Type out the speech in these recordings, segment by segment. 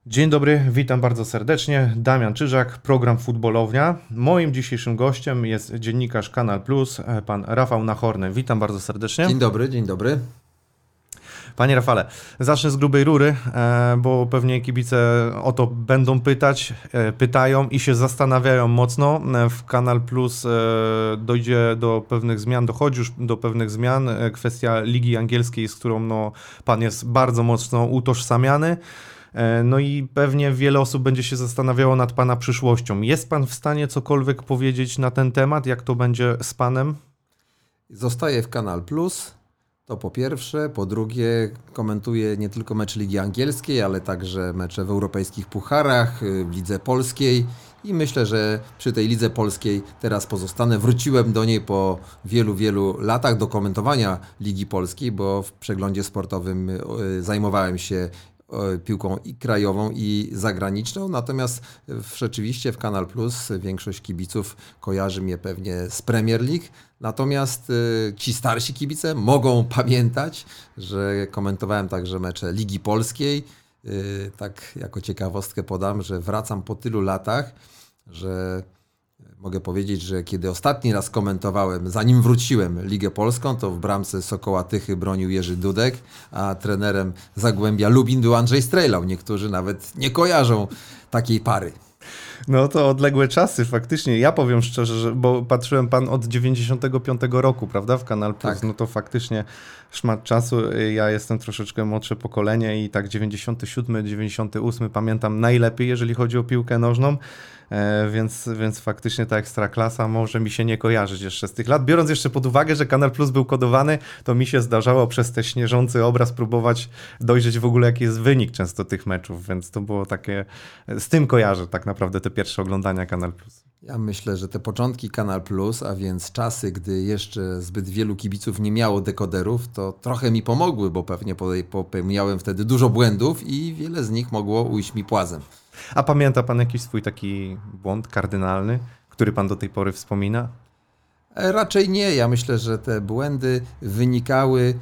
Dzień dobry, witam bardzo serdecznie. Damian Czyżak, program Futbolownia. Moim dzisiejszym gościem jest dziennikarz Kanal Plus, pan Rafał Nachorny. Witam bardzo serdecznie. Dzień dobry, dzień dobry. Panie Rafale, zacznę z grubej rury, bo pewnie kibice o to będą pytać, pytają i się zastanawiają mocno. W Kanal Plus dojdzie do pewnych zmian, dochodzi już do pewnych zmian. Kwestia Ligi Angielskiej, z którą pan jest bardzo mocno utożsamiany. No i pewnie wiele osób będzie się zastanawiało nad pana przyszłością. Jest pan w stanie cokolwiek powiedzieć na ten temat? Jak to będzie z panem? Zostaję w Kanal Plus, to po pierwsze. Po drugie, komentuję nie tylko mecze Ligi Angielskiej, ale także mecze w europejskich pucharach, w Lidze Polskiej. I myślę, że przy tej Lidze Polskiej teraz pozostanę. Wróciłem do niej po wielu latach do komentowania Ligi Polskiej, bo w przeglądzie sportowym zajmowałem się piłką i krajową, i zagraniczną, natomiast rzeczywiście w Kanal Plus większość kibiców kojarzy mnie pewnie z Premier League, natomiast ci starsi kibice mogą pamiętać, że komentowałem także mecze Ligi Polskiej. Tak jako ciekawostkę podam, że wracam po tylu latach, że mogę powiedzieć, że kiedy ostatni raz komentowałem, zanim wróciłem Ligę Polską, to w bramce Sokoła Tychy bronił Jerzy Dudek, a trenerem Zagłębia Lubin był Andrzej Strejlał. Niektórzy nawet nie kojarzą takiej pary. No to odległe czasy faktycznie. Ja powiem szczerze, bo patrzyłem pan od 95 roku, prawda, w Kanal Plus. Tak. No to faktycznie szmat czasu. Ja jestem troszeczkę młodsze pokolenie i tak 97, 98 pamiętam najlepiej, jeżeli chodzi o piłkę nożną. Więc faktycznie ta Ekstraklasa może mi się nie kojarzyć jeszcze z tych lat. Biorąc jeszcze pod uwagę, że Kanal Plus był kodowany, to mi się zdarzało przez ten śnieżący obraz próbować dojrzeć w ogóle, jaki jest wynik często tych meczów, więc to było takie, z tym kojarzę tak naprawdę te pierwsze oglądania Kanal Plus. Ja myślę, że te początki Kanal Plus, a więc czasy, gdy jeszcze zbyt wielu kibiców nie miało dekoderów, to trochę mi pomogły, bo pewnie popełniałem wtedy dużo błędów i wiele z nich mogło ujść mi płazem. A pamięta pan jakiś swój taki błąd kardynalny, który pan do tej pory wspomina? Raczej nie. Ja myślę, że te błędy wynikały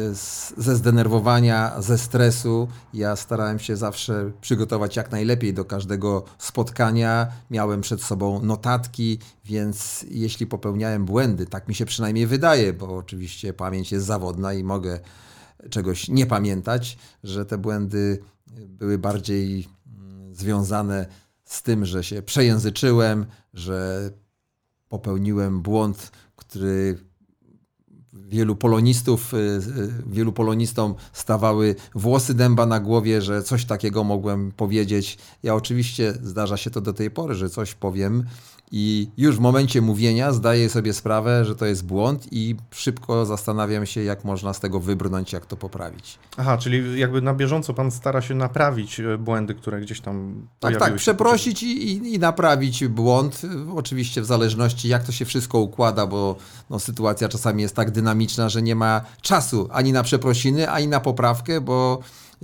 ze zdenerwowania, ze stresu. Ja starałem się zawsze przygotować jak najlepiej do każdego spotkania. Miałem przed sobą notatki, więc jeśli popełniałem błędy, tak mi się przynajmniej wydaje, bo oczywiście pamięć jest zawodna i mogę czegoś nie pamiętać, że te błędy były bardziej związane z tym, że się przejęzyczyłem, że popełniłem błąd, który wielu polonistom stawały włosy dęba na głowie, że coś takiego mogłem powiedzieć. Ja oczywiście zdarza się to do tej pory, że coś powiem i już w momencie mówienia zdaję sobie sprawę, że to jest błąd i szybko zastanawiam się, jak można z tego wybrnąć, jak to poprawić. Aha, czyli jakby na bieżąco pan stara się naprawić błędy, które gdzieś tam pojawiły Tak, się. przeprosić i naprawić błąd. Oczywiście w zależności jak to się wszystko układa, bo sytuacja czasami jest tak dynamiczna, że nie ma czasu ani na przeprosiny, ani na poprawkę, bo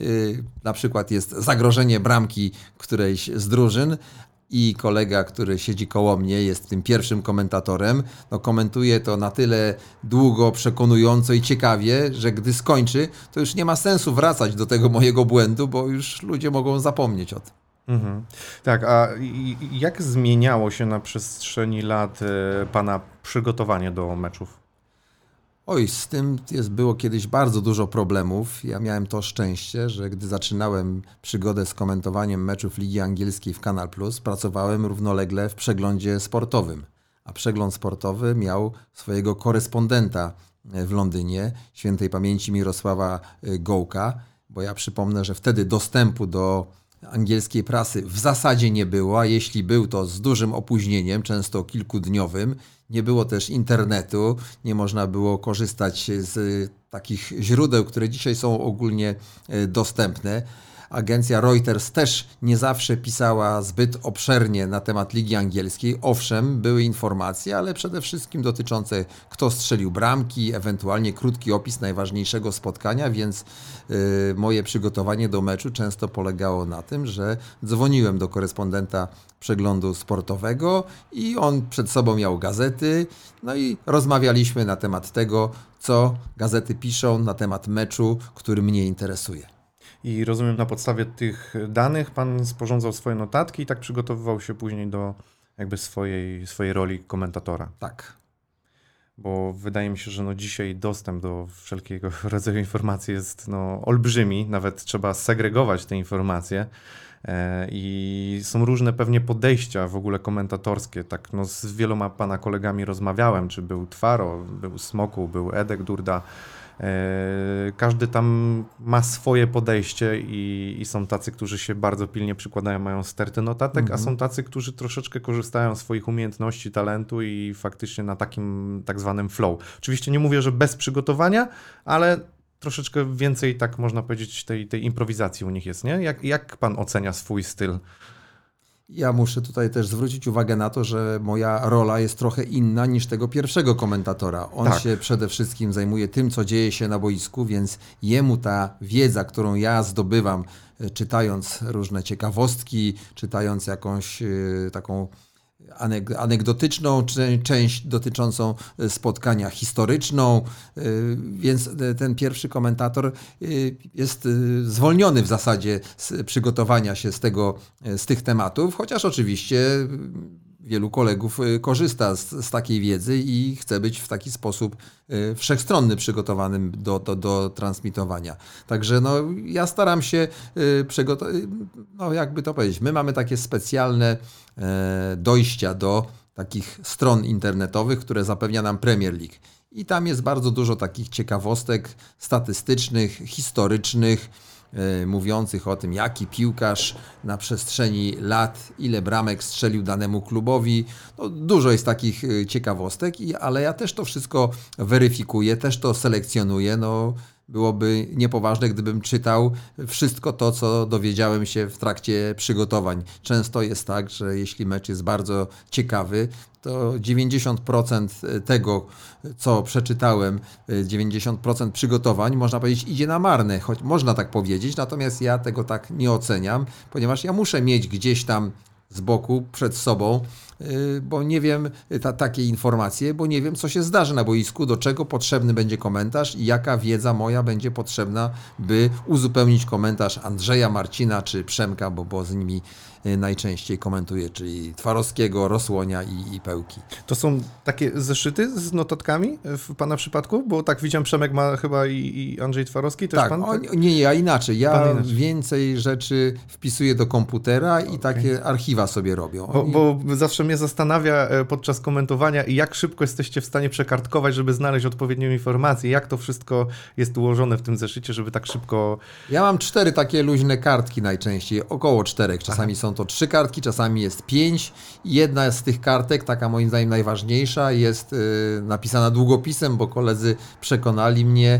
na przykład jest zagrożenie bramki którejś z drużyn, i kolega, który siedzi koło mnie, jest tym pierwszym komentatorem, komentuje to na tyle długo, przekonująco i ciekawie, że gdy skończy, to już nie ma sensu wracać do tego mojego błędu, bo już ludzie mogą zapomnieć o tym. Mhm. Tak, a jak zmieniało się na przestrzeni lat pana przygotowanie do meczów? Oj, z tym było kiedyś bardzo dużo problemów. Ja miałem to szczęście, że gdy zaczynałem przygodę z komentowaniem meczów Ligi Angielskiej w Kanal Plus, pracowałem równolegle w przeglądzie sportowym. A przegląd sportowy miał swojego korespondenta w Londynie, świętej pamięci Mirosława Gołka, bo ja przypomnę, że wtedy dostępu do angielskiej prasy w zasadzie nie było, a jeśli był, to z dużym opóźnieniem, często kilkudniowym. Nie było też internetu, nie można było korzystać z takich źródeł, które dzisiaj są ogólnie dostępne. Agencja Reuters też nie zawsze pisała zbyt obszernie na temat Ligi Angielskiej. Owszem, były informacje, ale przede wszystkim dotyczące kto strzelił bramki, ewentualnie krótki opis najważniejszego spotkania, więc moje przygotowanie do meczu często polegało na tym, że dzwoniłem do korespondenta przeglądu sportowego i on przed sobą miał gazety, i rozmawialiśmy na temat tego, co gazety piszą na temat meczu, który mnie interesuje. I rozumiem, na podstawie tych danych pan sporządzał swoje notatki i tak przygotowywał się później do jakby swojej roli komentatora. Tak. Bo wydaje mi się, że dzisiaj dostęp do wszelkiego rodzaju informacji jest olbrzymi, nawet trzeba segregować te informacje i są różne pewnie podejścia w ogóle komentatorskie. Tak, z wieloma pana kolegami rozmawiałem, czy był Twaro, był Smoku, był Edek Durda. Każdy tam ma swoje podejście i są tacy, którzy się bardzo pilnie przykładają, mają sterty notatek, a są tacy, którzy troszeczkę korzystają z swoich umiejętności, talentu i faktycznie na takim tak zwanym flow. Oczywiście nie mówię, że bez przygotowania, ale troszeczkę więcej, tak można powiedzieć, tej improwizacji u nich jest, nie? Jak pan ocenia swój styl? Ja muszę tutaj też zwrócić uwagę na to, że moja rola jest trochę inna niż tego pierwszego komentatora. On się przede wszystkim zajmuje tym, co dzieje się na boisku, więc jemu ta wiedza, którą ja zdobywam, czytając różne ciekawostki, czytając jakąś taką anegdotyczną część dotyczącą spotkania historyczną, więc ten pierwszy komentator jest zwolniony w zasadzie z przygotowania się z tych tematów, chociaż oczywiście wielu kolegów korzysta z takiej wiedzy i chce być w taki sposób wszechstronny przygotowanym do transmitowania. Także ja staram się jakby to powiedzieć, my mamy takie specjalne dojścia do takich stron internetowych, które zapewnia nam Premier League. I tam jest bardzo dużo takich ciekawostek statystycznych, historycznych, mówiących o tym, jaki piłkarz na przestrzeni lat, ile bramek strzelił danemu klubowi. Dużo jest takich ciekawostek, ale ja też to wszystko weryfikuję, też to selekcjonuję. Byłoby niepoważne, gdybym czytał wszystko to, co dowiedziałem się w trakcie przygotowań. Często jest tak, że jeśli mecz jest bardzo ciekawy, to 90% tego, co przeczytałem, 90% przygotowań, można powiedzieć, idzie na marne, choć można tak powiedzieć, natomiast ja tego tak nie oceniam, ponieważ ja muszę mieć gdzieś tam z boku, przed sobą, bo nie wiem, takie informacje, bo nie wiem, co się zdarzy na boisku, do czego potrzebny będzie komentarz i jaka wiedza moja będzie potrzebna, by uzupełnić komentarz Andrzeja, Marcina czy Przemka, bo z nimi najczęściej komentuję, czyli Twarowskiego, Rosłonia i Pełki. To są takie zeszyty z notatkami w pana przypadku? Bo tak widziałem, Przemek ma chyba i Andrzej Twarowski też pan? Nie, ja inaczej. Więcej rzeczy wpisuję do komputera i takie archiwa sobie robią. Bo zawsze mnie zastanawia podczas komentowania, jak szybko jesteście w stanie przekartkować, żeby znaleźć odpowiednią informację, jak to wszystko jest ułożone w tym zeszycie, żeby tak szybko... Ja mam 4 takie luźne kartki najczęściej, około 4. Czasami są to 3 kartki, czasami jest 5. Jedna z tych kartek, taka moim zdaniem najważniejsza, jest napisana długopisem, bo koledzy przekonali mnie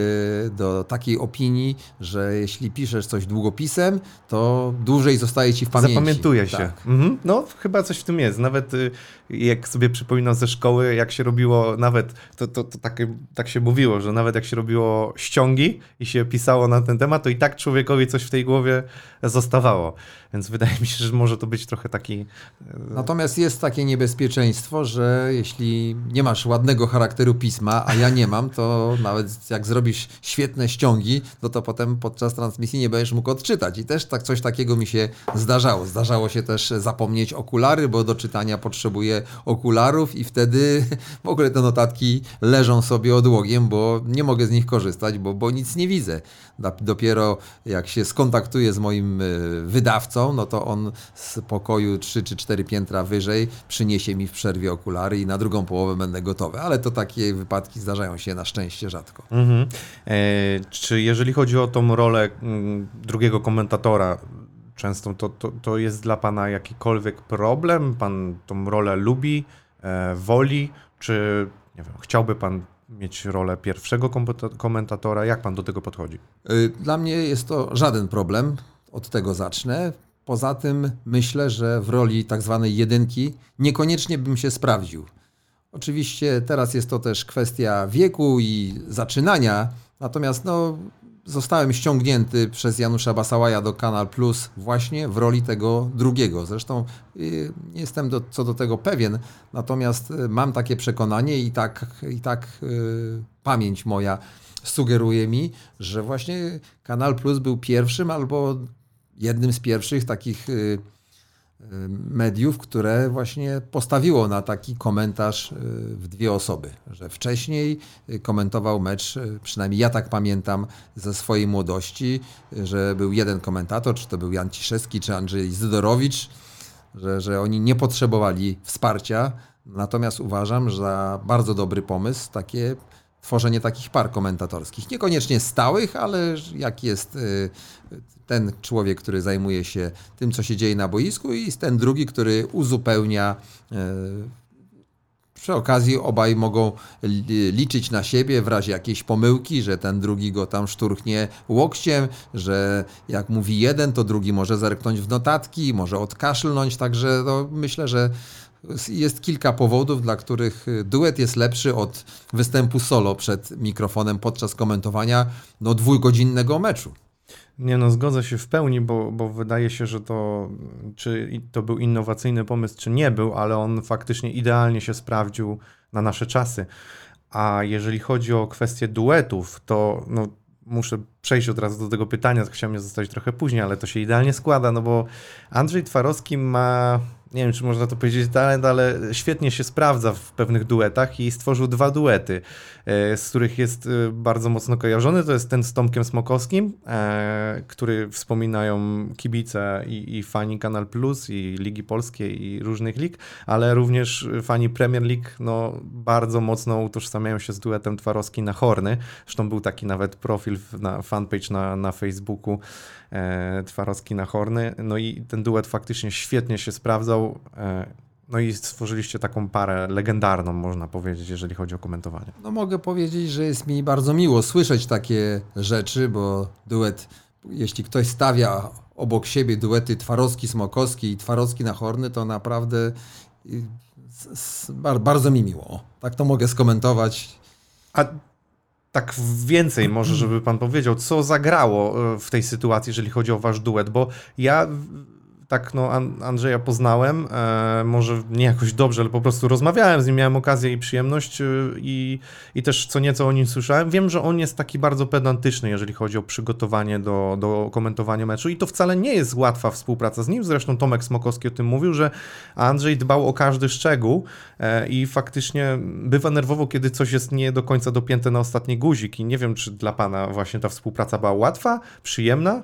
do takiej opinii, że jeśli piszesz coś długopisem, to dłużej zostaje ci w pamięci. Zapamiętuje się. Chyba coś w tym jest. Nawet jak sobie przypominam ze szkoły, jak się robiło, nawet to tak się mówiło, że nawet jak się robiło ściągi i się pisało na ten temat, to i tak człowiekowi coś w tej głowie zostawało. Więc wydaje mi się, że może to być trochę taki... Natomiast jest takie niebezpieczeństwo, że jeśli nie masz ładnego charakteru pisma, a ja nie mam, to nawet jak zrobisz świetne ściągi, to potem podczas transmisji nie będziesz mógł odczytać. I też coś takiego mi się zdarzało. Zdarzało się też zapomnieć okulary, bo do czytania potrzebuję okularów i wtedy w ogóle te notatki leżą sobie odłogiem, bo nie mogę z nich korzystać, bo nic nie widzę. Dopiero jak się skontaktuję z moim wydawcą, to on z pokoju 3 czy 4 piętra wyżej przyniesie mi w przerwie okulary i na drugą połowę będę gotowy. Ale to takie wypadki zdarzają się na szczęście rzadko. Czy jeżeli chodzi o tą rolę drugiego komentatora, często to jest dla pana jakikolwiek problem? Pan tą rolę lubi, woli, czy nie wiem, chciałby pan mieć rolę pierwszego komentatora? Jak pan do tego podchodzi? Dla mnie jest to żaden problem. Od tego zacznę. Poza tym myślę, że w roli tak zwanej jedynki niekoniecznie bym się sprawdził. Oczywiście teraz jest to też kwestia wieku i zaczynania, natomiast zostałem ściągnięty przez Janusza Basałaja do Kanal Plus właśnie w roli tego drugiego. Zresztą nie jestem co do tego pewien, natomiast mam takie przekonanie i tak pamięć moja sugeruje mi, że właśnie Kanal Plus był pierwszym albo jednym z pierwszych takich mediów, które właśnie postawiło na taki komentarz w dwie osoby, że wcześniej komentował mecz, przynajmniej ja tak pamiętam ze swojej młodości, że był jeden komentator, czy to był Jan Ciszewski, czy Andrzej Zydorowicz, że oni nie potrzebowali wsparcia, natomiast uważam, że za bardzo dobry pomysł tworzenie takich par komentatorskich. Niekoniecznie stałych, ale jak jest ten człowiek, który zajmuje się tym, co się dzieje na boisku, i ten drugi, który uzupełnia. Przy okazji obaj mogą liczyć na siebie w razie jakiejś pomyłki, że ten drugi go tam szturchnie łokciem, że jak mówi jeden, to drugi może zerknąć w notatki, może odkaszlnąć, także myślę, że jest kilka powodów, dla których duet jest lepszy od występu solo przed mikrofonem podczas komentowania dwugodzinnego meczu. Nie no, zgodzę się w pełni, bo wydaje się, że czy to był innowacyjny pomysł, czy nie był, ale on faktycznie idealnie się sprawdził na nasze czasy. A jeżeli chodzi o kwestię duetów, to muszę przejść od razu do tego pytania, chciałem je zostawić trochę później, ale to się idealnie składa, bo Andrzej Twarowski ma, nie wiem, czy można to powiedzieć talent, ale świetnie się sprawdza w pewnych duetach i stworzył 2 duety, z których jest bardzo mocno kojarzony. To jest ten z Tomkiem Smokowskim, który wspominają kibice i fani Kanal Plus, i Ligi Polskiej, i różnych lig, ale również fani Premier League bardzo mocno utożsamiają się z duetem Twarowski na Horny. Zresztą był taki nawet profil na fanpage na Facebooku, Twarowski na Horny. No i ten duet faktycznie świetnie się sprawdzał. No i stworzyliście taką parę legendarną, można powiedzieć, jeżeli chodzi o komentowanie. Mogę powiedzieć, że jest mi bardzo miło słyszeć takie rzeczy, bo duet, jeśli ktoś stawia obok siebie duety Twarowski-Smokowski i Twarowski na Horny, to naprawdę bardzo mi miło. Tak to mogę skomentować. A tak więcej może, żeby pan powiedział, co zagrało w tej sytuacji, jeżeli chodzi o wasz duet, bo ja Andrzeja poznałem, może nie jakoś dobrze, ale po prostu rozmawiałem z nim, miałem okazję i przyjemność i też co nieco o nim słyszałem. Wiem, że on jest taki bardzo pedantyczny, jeżeli chodzi o przygotowanie do komentowania meczu i to wcale nie jest łatwa współpraca z nim. Zresztą Tomek Smokowski o tym mówił, że Andrzej dbał o każdy szczegół i faktycznie bywa nerwowo, kiedy coś jest nie do końca dopięte na ostatni guzik i nie wiem, czy dla pana właśnie ta współpraca była łatwa, przyjemna?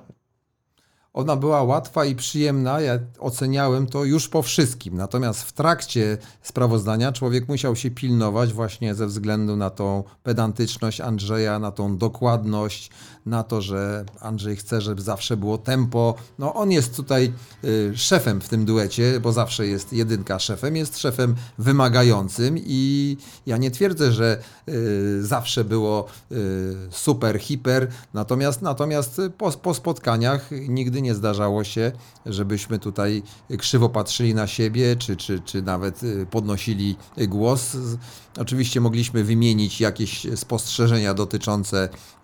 Ona była łatwa i przyjemna, ja oceniałem to już po wszystkim. Natomiast w trakcie sprawozdania człowiek musiał się pilnować właśnie ze względu na tą pedantyczność Andrzeja, na tą dokładność, na to, że Andrzej chce, żeby zawsze było tempo. On jest tutaj szefem w tym duecie, bo zawsze jest jedynka szefem, jest szefem wymagającym i ja nie twierdzę, że zawsze było super, hiper, natomiast po spotkaniach nigdy nie zdarzało się, żebyśmy tutaj krzywo patrzyli na siebie, czy nawet podnosili głos. Oczywiście mogliśmy wymienić jakieś spostrzeżenia dotyczące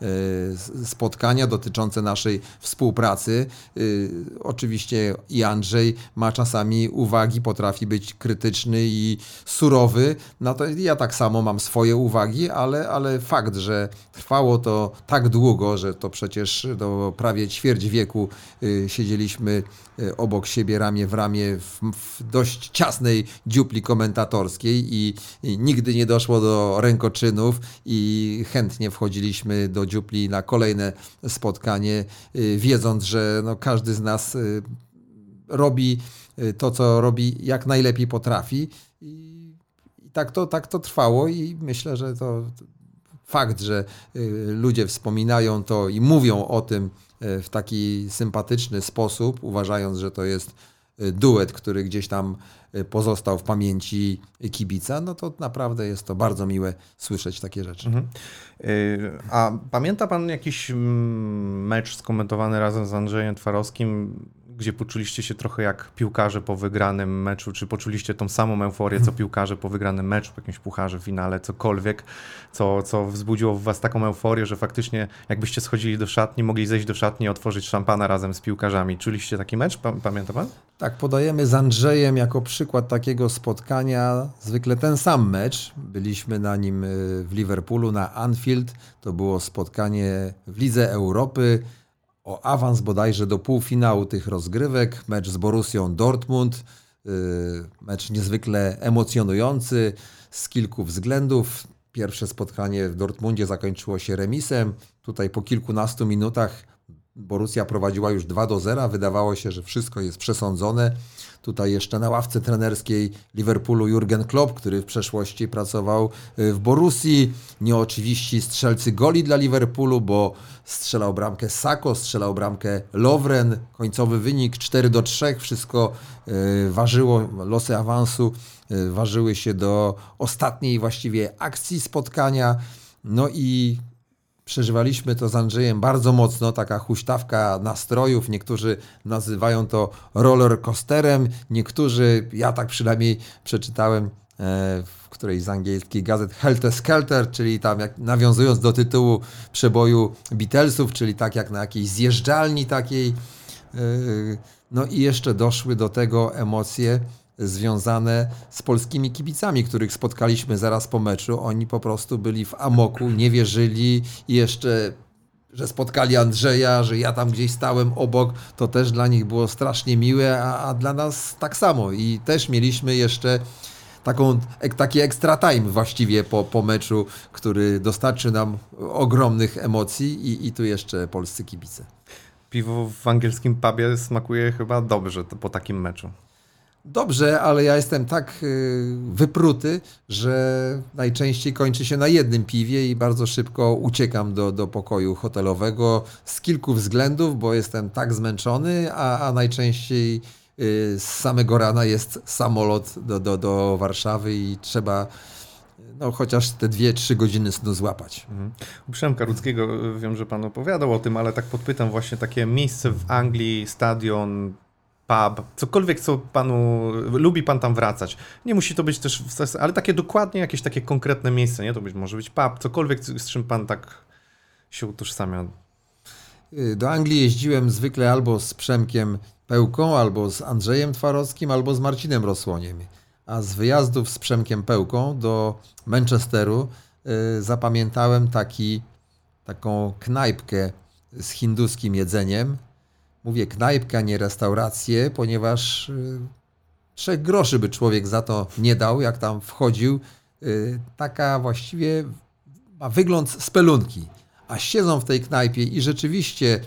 spotkania, dotyczące naszej współpracy. Oczywiście i Andrzej ma czasami uwagi, potrafi być krytyczny i surowy. Ja tak samo mam swoje uwagi, ale fakt, że trwało to tak długo, że to przecież do prawie ćwierć wieku siedzieliśmy obok siebie ramię w ramię w dość ciasnej dziupli komentatorskiej i nigdy nie doszło do rękoczynów i chętnie wchodziliśmy do dziupli na kolejne spotkanie, wiedząc, że każdy z nas robi to, co robi, jak najlepiej potrafi i tak to trwało i myślę, że to fakt, że ludzie wspominają to i mówią o tym w taki sympatyczny sposób, uważając, że to jest duet, który gdzieś tam pozostał w pamięci kibica, to naprawdę jest to bardzo miłe słyszeć takie rzeczy. Mhm. A pamięta pan jakiś mecz skomentowany razem z Andrzejem Twarowskim, gdzie poczuliście się trochę jak piłkarze po wygranym meczu, czy poczuliście tą samą euforię, co piłkarze po wygranym meczu, w jakimś pucharze, finale, cokolwiek, co wzbudziło w was taką euforię, że faktycznie jakbyście schodzili do szatni, mogli zejść do szatni i otworzyć szampana razem z piłkarzami. Czuliście taki mecz? Pamięta pan? Tak, podajemy z Andrzejem jako przykład takiego spotkania zwykle ten sam mecz. Byliśmy na nim w Liverpoolu na Anfield. To było spotkanie w Lidze Europy o awans bodajże do półfinału tych rozgrywek. Mecz z Borussią Dortmund. Mecz niezwykle emocjonujący z kilku względów. Pierwsze spotkanie w Dortmundzie zakończyło się remisem. Tutaj po kilkunastu minutach Borussia prowadziła już 2-0. Wydawało się, że wszystko jest przesądzone. Tutaj jeszcze na ławce trenerskiej Liverpoolu Jurgen Klopp, który w przeszłości pracował w Borussii. Nieoczywiści strzelcy goli dla Liverpoolu, bo strzelał bramkę Sako, strzelał bramkę Lovren. Końcowy wynik 4-3. Wszystko ważyło, losy awansu ważyły się do ostatniej właściwie akcji spotkania. No i przeżywaliśmy to z Andrzejem bardzo mocno, taka huśtawka nastrojów. Niektórzy nazywają to roller coasterem, niektórzy, ja tak przynajmniej przeczytałem w którejś z angielskich gazet Helter Skelter, czyli tam jak nawiązując do tytułu przeboju Beatlesów, czyli tak jak na jakiejś zjeżdżalni takiej. No i jeszcze doszły do tego emocje związane z polskimi kibicami, których spotkaliśmy zaraz po meczu. Oni po prostu byli w amoku, nie wierzyli i jeszcze, że spotkali Andrzeja, że ja tam gdzieś stałem obok, to też dla nich było strasznie miłe, a dla nas tak samo. I też mieliśmy jeszcze taki extra time właściwie po meczu, który dostarczy nam ogromnych emocji i tu jeszcze polscy kibice. Piwo w angielskim pubie smakuje chyba dobrze po takim meczu. Dobrze, ale ja jestem tak wypruty, że najczęściej kończy się na jednym piwie i bardzo szybko uciekam do pokoju hotelowego z kilku względów, bo jestem tak zmęczony, a najczęściej z samego rana jest samolot do Warszawy i trzeba chociaż te 2-3 godziny snu złapać. U Przemka Rudzkiego wiem, że pan opowiadał o tym, ale tak podpytam właśnie takie miejsce w Anglii, stadion, pub, cokolwiek, co panu, lubi pan tam wracać. Nie musi to być też, ale takie dokładnie jakieś takie konkretne miejsce, nie? To może być pub, cokolwiek, z czym pan tak się utożsamia. Do Anglii jeździłem zwykle albo z Przemkiem Pełką, albo z Andrzejem Twarowskim, albo z Marcinem Rosłoniem. A z wyjazdów z Przemkiem Pełką do Manchesteru zapamiętałem taką knajpkę z hinduskim jedzeniem. Mówię knajpka, nie restaurację, ponieważ 3 groszy by człowiek za to nie dał, jak tam wchodził. Taka właściwie ma wygląd spelunki. A siedzą w tej knajpie i rzeczywiście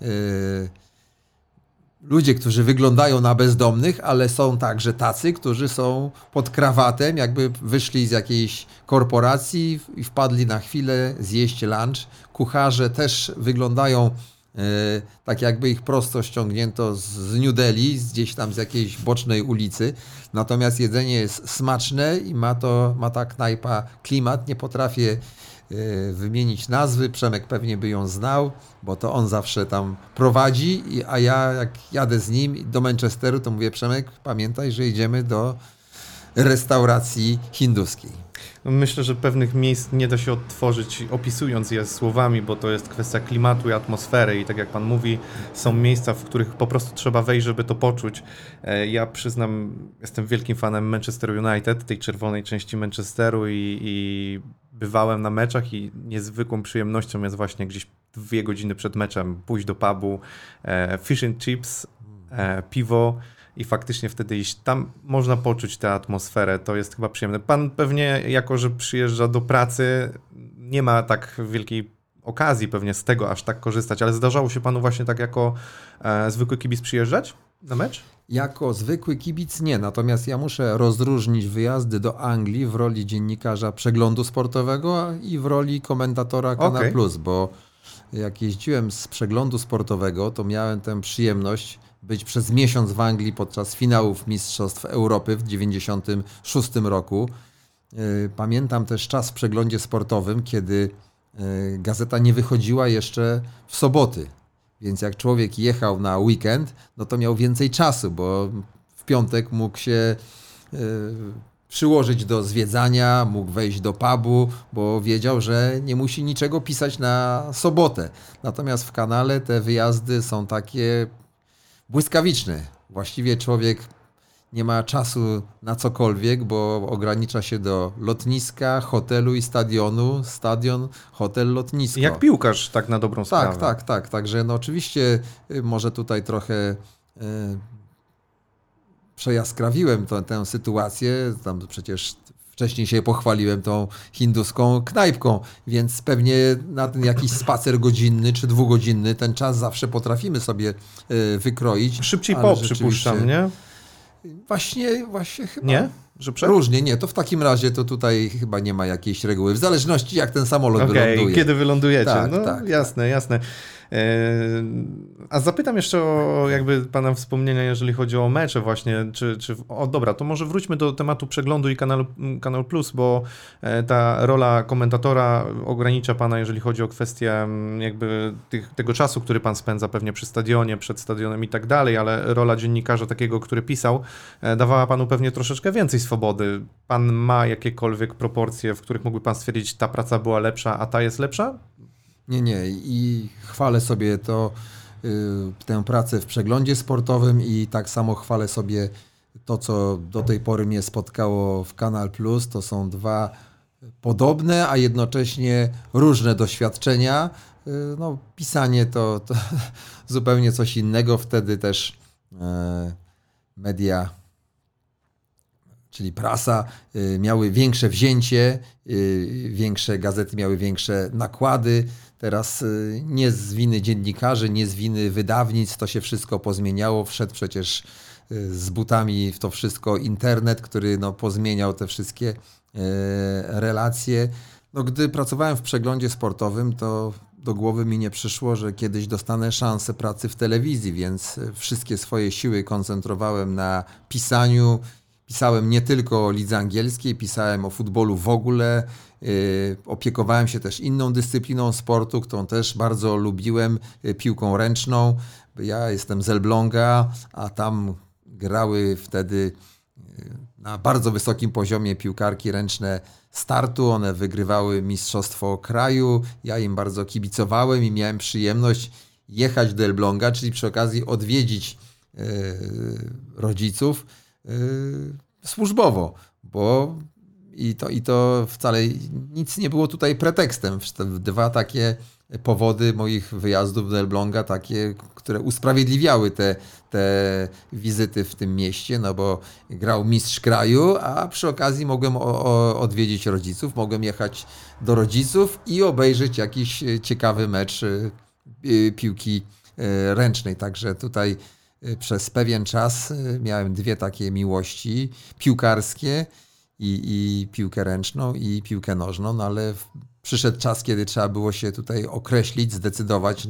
ludzie, którzy wyglądają na bezdomnych, ale są także tacy, którzy są pod krawatem, jakby wyszli z jakiejś korporacji i wpadli na chwilę zjeść lunch. Kucharze też wyglądają tak jakby ich prosto ściągnięto z New Delhi, gdzieś tam z jakiejś bocznej ulicy. Natomiast jedzenie jest smaczne i ma ta knajpa klimat. Nie potrafię wymienić nazwy. Przemek pewnie by ją znał, bo to on zawsze tam prowadzi, a ja jak jadę z nim do Manchesteru, to mówię: Przemek, pamiętaj, że idziemy do restauracji hinduskiej. Myślę, że pewnych miejsc nie da się odtworzyć opisując je słowami, bo to jest kwestia klimatu i atmosfery i tak jak pan mówi, są miejsca, w których po prostu trzeba wejść, żeby to poczuć. Ja przyznam, jestem wielkim fanem Manchester United, tej czerwonej części Manchesteru i bywałem na meczach i niezwykłą przyjemnością jest właśnie gdzieś 2 godziny przed meczem pójść do pubu, fish and chips, piwo. I faktycznie wtedy iść tam, można poczuć tę atmosferę, to jest chyba przyjemne. Pan pewnie, jako że przyjeżdża do pracy, nie ma tak wielkiej okazji pewnie z tego aż tak korzystać, ale zdarzało się panu właśnie tak jako zwykły kibic przyjeżdżać na mecz? Jako zwykły kibic nie, natomiast ja muszę rozróżnić wyjazdy do Anglii w roli dziennikarza przeglądu sportowego i w roli komentatora Kanal Plus, bo jak jeździłem z przeglądu sportowego, to miałem tę przyjemność być przez miesiąc w Anglii podczas finałów Mistrzostw Europy w 1996 roku. Pamiętam też czas w przeglądzie sportowym, kiedy gazeta nie wychodziła jeszcze w soboty. Więc jak człowiek jechał na weekend, no to miał więcej czasu, bo w piątek mógł się przyłożyć do zwiedzania, mógł wejść do pubu, bo wiedział, że nie musi niczego pisać na sobotę. Natomiast w kanale te wyjazdy są takie błyskawiczne. Właściwie człowiek nie ma czasu na cokolwiek, bo ogranicza się do lotniska, hotelu i stadionu. Stadion, hotel, lotnisko. Jak piłkarz, tak na dobrą sprawę. Tak. Także no oczywiście może tutaj trochę przejaskrawiłem tę sytuację. Tam przecież wcześniej się pochwaliłem tą hinduską knajpką, więc pewnie na ten jakiś spacer godzinny czy dwugodzinny ten czas zawsze potrafimy sobie wykroić. Szybciej ale przypuszczam, nie? Właśnie chyba. Nie? Że przed? Różnie, nie. To w takim razie to tutaj chyba nie ma jakiejś reguły. W zależności jak ten samolot wyląduje. Kiedy wylądujecie. Tak. Jasne. A zapytam jeszcze o jakby pana wspomnienia, jeżeli chodzi o mecze właśnie, dobra, to może wróćmy do tematu przeglądu i Kanal Plus, bo ta rola komentatora ogranicza pana, jeżeli chodzi o kwestię jakby tego czasu, który pan spędza pewnie przy stadionie, przed stadionem i tak dalej, ale rola dziennikarza takiego, który pisał, dawała panu pewnie troszeczkę więcej swobody. Pan ma jakiekolwiek proporcje, w których mógłby pan stwierdzić, ta praca była lepsza, a ta jest lepsza? Nie. I chwalę sobie tę pracę w przeglądzie sportowym i tak samo chwalę sobie to, co do tej pory mnie spotkało w Kanal Plus. To są dwa podobne, a jednocześnie różne doświadczenia. No, pisanie to zupełnie coś innego. Wtedy też media, czyli prasa, miały większe wzięcie, większe gazety miały większe nakłady. Teraz nie z winy dziennikarzy, nie z winy wydawnictw, to się wszystko pozmieniało. Wszedł przecież z butami w to wszystko internet, który pozmieniał te wszystkie relacje. No, gdy pracowałem w przeglądzie sportowym, to do głowy mi nie przyszło, że kiedyś dostanę szansę pracy w telewizji, więc wszystkie swoje siły koncentrowałem na pisaniu. Pisałem nie tylko o lidze angielskiej, pisałem o futbolu w ogóle, opiekowałem się też inną dyscypliną sportu, którą też bardzo lubiłem, piłką ręczną. Ja jestem z Elbląga, a tam grały wtedy na bardzo wysokim poziomie piłkarki ręczne startu. One wygrywały mistrzostwo kraju, ja im bardzo kibicowałem i miałem przyjemność jechać do Elbląga, czyli przy okazji odwiedzić rodziców służbowo, bo i to wcale nic nie było tutaj pretekstem. Dwa takie powody moich wyjazdów do Elbląga, takie, które usprawiedliwiały te wizyty w tym mieście, no bo grał mistrz kraju, a przy okazji mogłem odwiedzić rodziców, mogłem jechać do rodziców i obejrzeć jakiś ciekawy mecz piłki ręcznej. Także tutaj przez pewien czas miałem dwie takie miłości, piłkarskie i piłkę ręczną i piłkę nożną, no ale przyszedł czas, kiedy trzeba było się tutaj określić, zdecydować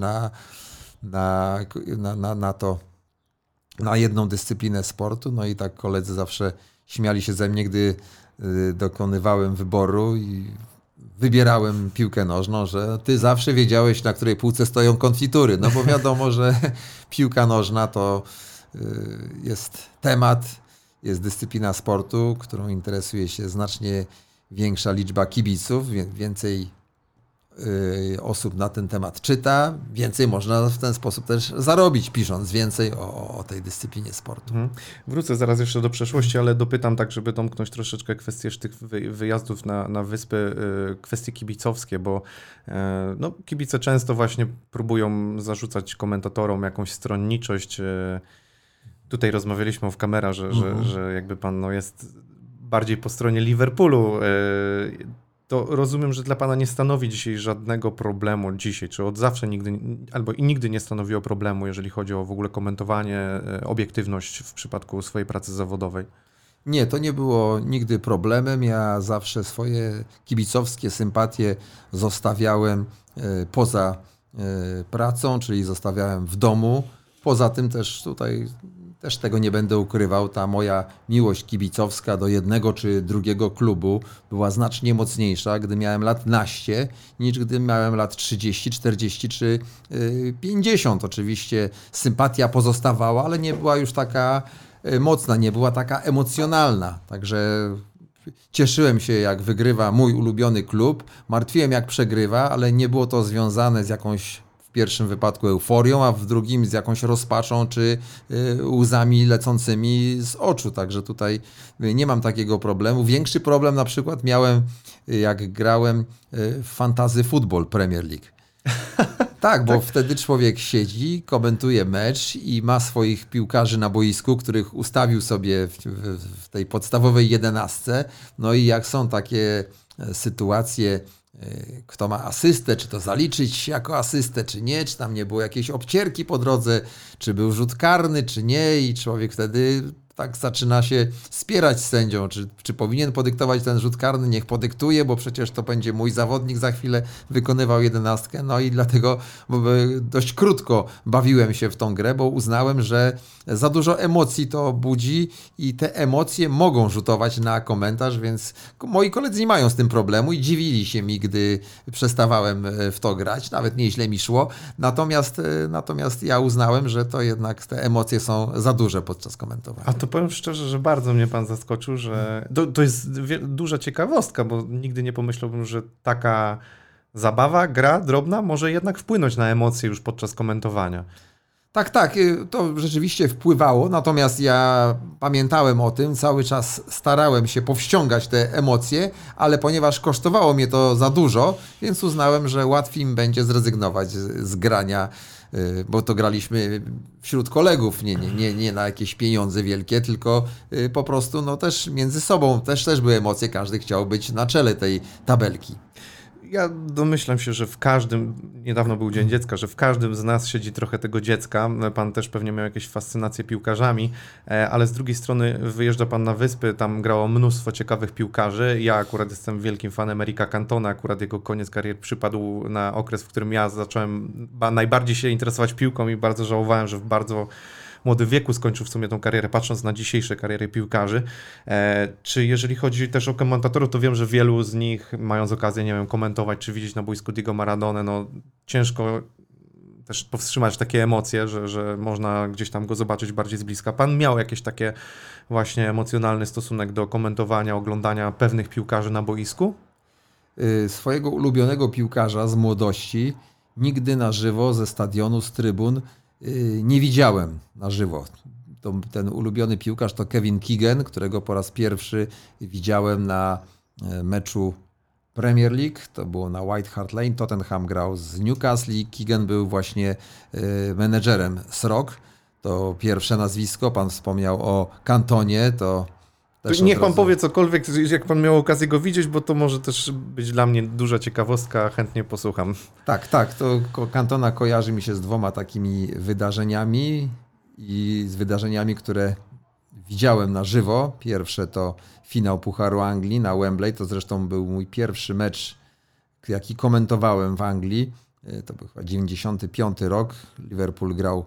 na to, na jedną dyscyplinę sportu. No i tak koledzy zawsze śmiali się ze mnie, gdy dokonywałem wyboru i wybierałem piłkę nożną, że ty zawsze wiedziałeś, na której półce stoją konfitury. No bo wiadomo, że piłka nożna to jest temat, jest dyscyplina sportu, którą interesuje się znacznie większa liczba kibiców, więcej osób na ten temat czyta, więcej można w ten sposób też zarobić, pisząc więcej o tej dyscyplinie sportu. Wrócę zaraz jeszcze do przeszłości, ale dopytam tak, żeby domknąć troszeczkę kwestię tych wyjazdów na wyspy, kwestie kibicowskie, bo kibice często właśnie próbują zarzucać komentatorom jakąś stronniczość. Tutaj rozmawialiśmy w kamerach, że jakby pan jest bardziej po stronie Liverpoolu. To rozumiem, że dla pana nie stanowi dzisiaj żadnego problemu czy od zawsze nigdy nie stanowiło problemu, jeżeli chodzi o w ogóle komentowanie, obiektywność w przypadku swojej pracy zawodowej? Nie, to nie było nigdy problemem. Ja zawsze swoje kibicowskie sympatie zostawiałem poza pracą, czyli zostawiałem w domu. Poza tym też tutaj też tego nie będę ukrywał, ta moja miłość kibicowska do jednego czy drugiego klubu była znacznie mocniejsza, gdy miałem lat naście, niż gdy miałem lat 30, 40 czy 50. Oczywiście sympatia pozostawała, ale nie była już taka mocna, nie była taka emocjonalna. Także cieszyłem się, jak wygrywa mój ulubiony klub, martwiłem, jak przegrywa, ale nie było to związane z jakąś w pierwszym wypadku euforią, a w drugim z jakąś rozpaczą czy łzami lecącymi z oczu. Także tutaj nie mam takiego problemu. Większy problem na przykład miałem, jak grałem w Fantasy Football Premier League. Tak, bo wtedy człowiek siedzi, komentuje mecz i ma swoich piłkarzy na boisku, których ustawił sobie w tej podstawowej 11. No i jak są takie sytuacje, kto ma asystę, czy to zaliczyć jako asystę, czy nie, czy tam nie było jakiejś obcierki po drodze, czy był rzut karny, czy nie i człowiek wtedy tak zaczyna się spierać z sędzią, czy powinien podyktować ten rzut karny, niech podyktuje, bo przecież to będzie mój zawodnik za chwilę wykonywał 11. No i dlatego dość krótko bawiłem się w tą grę, bo uznałem, że za dużo emocji to budzi i te emocje mogą rzutować na komentarz, więc moi koledzy nie mają z tym problemu i dziwili się mi, gdy przestawałem w to grać, nawet nieźle mi szło, natomiast ja uznałem, że to jednak te emocje są za duże podczas komentowania. A to powiem szczerze, że bardzo mnie pan zaskoczył, że to jest duża ciekawostka, bo nigdy nie pomyślałbym, że taka zabawa, gra drobna może jednak wpłynąć na emocje już podczas komentowania. Tak, to rzeczywiście wpływało, natomiast ja pamiętałem o tym, cały czas starałem się powściągać te emocje, ale ponieważ kosztowało mnie to za dużo, więc uznałem, że łatwiej mi będzie zrezygnować z grania, bo to graliśmy wśród kolegów, nie na jakieś pieniądze wielkie, tylko po prostu no też między sobą też były emocje, każdy chciał być na czele tej tabelki. Ja domyślam się, że w każdym, niedawno był Dzień Dziecka, że w każdym z nas siedzi trochę tego dziecka. Pan też pewnie miał jakieś fascynacje piłkarzami, ale z drugiej strony wyjeżdża pan na wyspy, tam grało mnóstwo ciekawych piłkarzy. Ja akurat jestem wielkim fanem Erika Cantona, akurat jego koniec kariery przypadł na okres, w którym ja zacząłem najbardziej się interesować piłką i bardzo żałowałem, że w bardzo młodym wieku skończył w sumie tą karierę, patrząc na dzisiejsze kariery piłkarzy. Czy jeżeli chodzi też o komentatorów, to wiem, że wielu z nich, mając okazję, nie wiem, komentować czy widzieć na boisku Diego Maradonę, no ciężko też powstrzymać takie emocje, że można gdzieś tam go zobaczyć bardziej z bliska. Pan miał jakieś takie właśnie emocjonalny stosunek do komentowania, oglądania pewnych piłkarzy na boisku? Swojego ulubionego piłkarza z młodości nigdy na żywo ze stadionu, z trybun nie widziałem na żywo. Ten ulubiony piłkarz to Kevin Keegan, którego po raz pierwszy widziałem na meczu Premier League. To było na White Hart Lane. Tottenham grał z Newcastle i Keegan był właśnie menedżerem SROK. To pierwsze nazwisko. Pan wspomniał o Cantonie. To też niech pan powie cokolwiek, jak pan miał okazję go widzieć, bo to może też być dla mnie duża ciekawostka, chętnie posłucham. Tak, to Cantona kojarzy mi się z dwoma takimi wydarzeniami i z wydarzeniami, które widziałem na żywo. Pierwsze to finał Pucharu Anglii na Wembley, to zresztą był mój pierwszy mecz, jaki komentowałem w Anglii. To był chyba 95 rok. Liverpool grał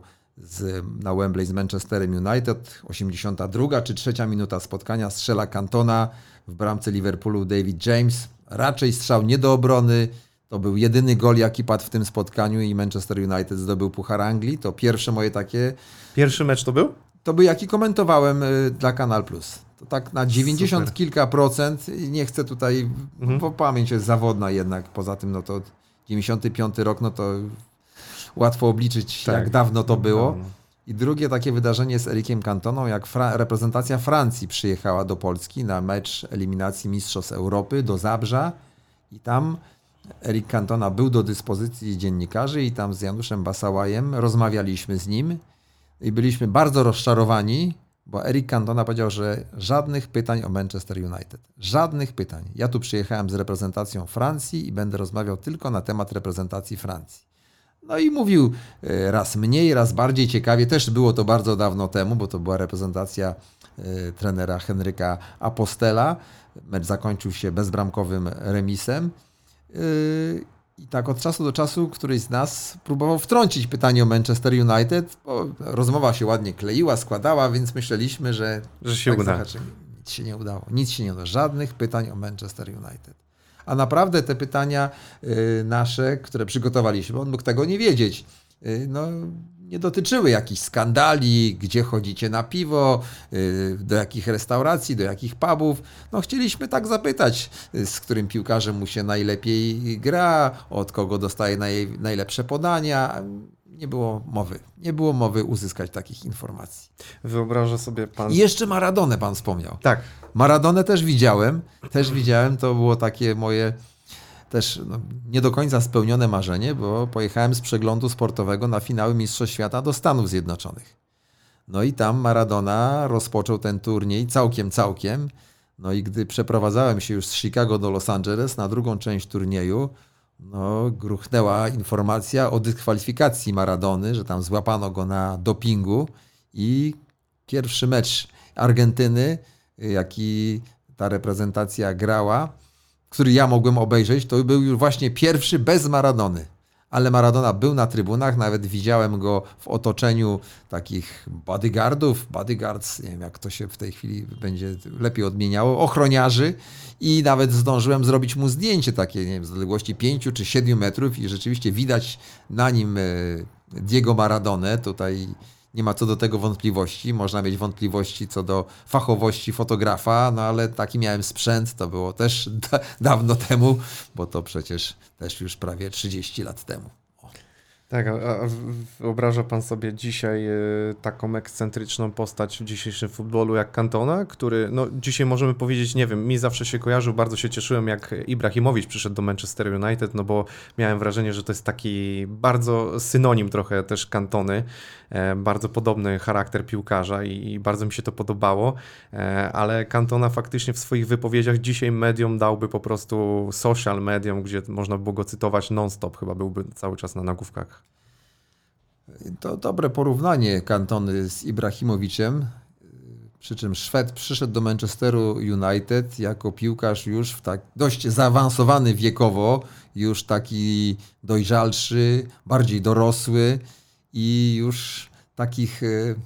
na Wembley z Manchesterem United. 82 czy 3 minuta spotkania, strzela Cantona, w bramce Liverpoolu David James. Raczej strzał nie do obrony. To był jedyny gol, jaki padł w tym spotkaniu i Manchester United zdobył Puchar Anglii. To pierwsze moje takie... Pierwszy mecz to był? To był, jaki komentowałem dla Kanal Plus. To tak na 90 Super. kilka procent. Nie chcę tutaj, bo pamięć jest zawodna jednak. Poza tym, no to 95 rok, no to łatwo obliczyć, Tak. jak dawno to było. No. I drugie takie wydarzenie z Erikiem Cantoną, jak reprezentacja Francji przyjechała do Polski na mecz eliminacji Mistrzostw Europy do Zabrza i tam Eric Cantona był do dyspozycji dziennikarzy i tam z Januszem Basałajem rozmawialiśmy z nim i byliśmy bardzo rozczarowani, bo Eric Cantona powiedział, że żadnych pytań o Manchester United. Żadnych pytań. Ja tu przyjechałem z reprezentacją Francji i będę rozmawiał tylko na temat reprezentacji Francji. No i mówił raz mniej, raz bardziej ciekawie. Też było to bardzo dawno temu, bo to była reprezentacja trenera Henryka Apostela. Mecz zakończył się bezbramkowym remisem. I tak od czasu do czasu któryś z nas próbował wtrącić pytanie o Manchester United, bo rozmowa się ładnie kleiła, składała, więc myśleliśmy, że się tak uda. zahaczymy. Nic się nie udało. Nic się nie udało. Żadnych pytań o Manchester United. A naprawdę te pytania nasze, które przygotowaliśmy, on mógł tego nie wiedzieć, nie dotyczyły jakichś skandali, gdzie chodzicie na piwo, do jakich restauracji, do jakich pubów. No chcieliśmy tak zapytać, z którym piłkarzem mu się najlepiej gra, od kogo dostaje najlepsze podania. Nie było mowy uzyskać takich informacji. Wyobraża sobie pan... I jeszcze Maradonę pan wspomniał. Tak. Maradonę też widziałem, to było takie moje też nie do końca spełnione marzenie, bo pojechałem z przeglądu sportowego na finały Mistrzostw Świata do Stanów Zjednoczonych. No i tam Maradona rozpoczął ten turniej całkiem. No i gdy przeprowadzałem się już z Chicago do Los Angeles na drugą część turnieju, gruchnęła informacja o dyskwalifikacji Maradony, że tam złapano go na dopingu i pierwszy mecz Argentyny, jaki ta reprezentacja grała, który ja mogłem obejrzeć, to był już właśnie pierwszy bez Maradony. Ale Maradona był na trybunach, nawet widziałem go w otoczeniu takich bodyguards, nie wiem jak to się w tej chwili będzie lepiej odmieniało, ochroniarzy i nawet zdążyłem zrobić mu zdjęcie takie, nie wiem, z odległości 5 czy 7 metrów i rzeczywiście widać na nim Diego Maradonę, tutaj nie ma co do tego wątpliwości. Można mieć wątpliwości co do fachowości fotografa, ale taki miałem sprzęt, to było też dawno temu, bo to przecież też już prawie 30 lat temu. Tak, a wyobraża pan sobie dzisiaj taką ekscentryczną postać w dzisiejszym futbolu jak Cantona, który dzisiaj możemy powiedzieć, nie wiem, mi zawsze się kojarzył, bardzo się cieszyłem jak Ibrahimowicz przyszedł do Manchester United, bo miałem wrażenie, że to jest taki bardzo synonim trochę też Cantony, bardzo podobny charakter piłkarza i bardzo mi się to podobało, ale Cantona faktycznie w swoich wypowiedziach dzisiaj mediom dałby po prostu social mediom, gdzie można by było go cytować non-stop, chyba byłby cały czas na nagłówkach. To dobre porównanie Cantony z Ibrahimowiczem, przy czym Szwed przyszedł do Manchesteru United jako piłkarz już w tak dość zaawansowany wiekowo, już taki dojrzalszy, bardziej dorosły i już takich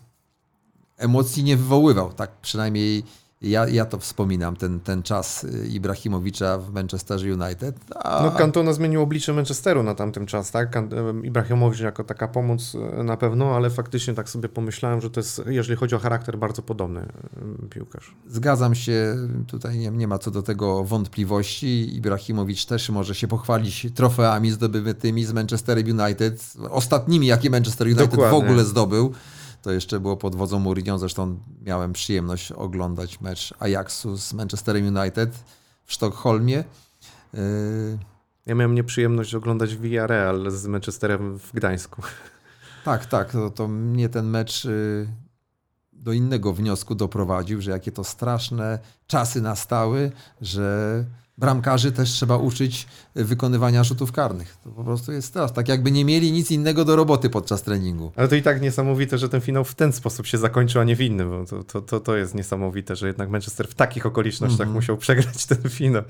emocji nie wywoływał. Tak przynajmniej ja to wspominam, ten czas Ibrahimowicza w Manchesterze United. Cantona zmienił oblicze Manchesteru na tamten czas, tak? Ibrahimowicz jako taka pomoc na pewno, ale faktycznie tak sobie pomyślałem, że to jest, jeżeli chodzi o charakter, bardzo podobny piłkarz. Zgadzam się, tutaj nie ma co do tego wątpliwości. Ibrahimowicz też może się pochwalić trofeami zdobytymi z Manchesterem United, ostatnimi, jakie Manchester United Dokładnie. w ogóle zdobył. To jeszcze było pod wodzą Mourinho, zresztą miałem przyjemność oglądać mecz Ajaxu z Manchesterem United w Sztokholmie. Ja miałem nieprzyjemność oglądać Villarreal z Manchesterem w Gdańsku. Tak, to mnie ten mecz do innego wniosku doprowadził, że jakie to straszne czasy nastały, że bramkarzy też trzeba uczyć wykonywania rzutów karnych. To po prostu jest straszne. Tak jakby nie mieli nic innego do roboty podczas treningu. Ale to i tak niesamowite, że ten finał w ten sposób się zakończył, a nie w innym. Bo to jest niesamowite, że jednak Manchester w takich okolicznościach musiał przegrać ten finał.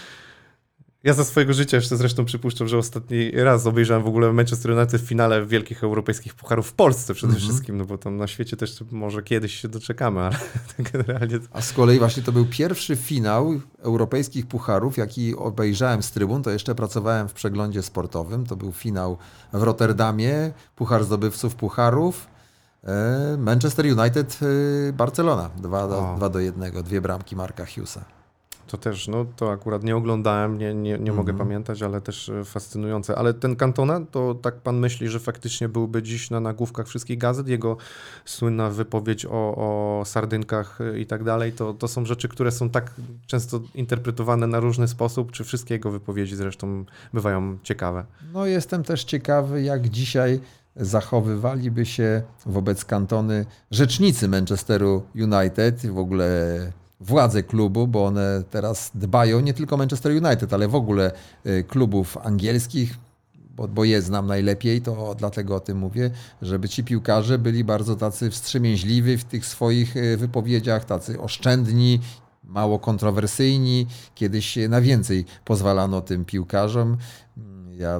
Ja za swojego życia jeszcze zresztą przypuszczam, że ostatni raz obejrzałem w ogóle Manchester United w finale wielkich europejskich pucharów w Polsce przede wszystkim, bo tam na świecie też może kiedyś się doczekamy, ale generalnie... A z kolei właśnie to był pierwszy finał europejskich pucharów, jaki obejrzałem z trybun, to jeszcze pracowałem w przeglądzie sportowym, to był finał w Rotterdamie, Puchar Zdobywców Pucharów, Manchester United, Barcelona, 2-1, 2 bramki Marka Hughesa. To też, to akurat nie oglądałem, nie mogę pamiętać, ale też fascynujące. Ale ten Cantona, to tak pan myśli, że faktycznie byłby dziś na nagłówkach wszystkich gazet? Jego słynna wypowiedź o sardynkach i tak dalej, to są rzeczy, które są tak często interpretowane na różny sposób, czy wszystkie jego wypowiedzi zresztą bywają ciekawe? Jestem też ciekawy, jak dzisiaj zachowywaliby się wobec Cantony rzecznicy Manchesteru United, w ogóle władze klubu, bo one teraz dbają nie tylko Manchester United, ale w ogóle klubów angielskich, bo je znam najlepiej, to dlatego o tym mówię, żeby ci piłkarze byli bardzo tacy wstrzemięźliwi w tych swoich wypowiedziach, tacy oszczędni mało kontrowersyjni, kiedyś na więcej pozwalano tym piłkarzom. Ja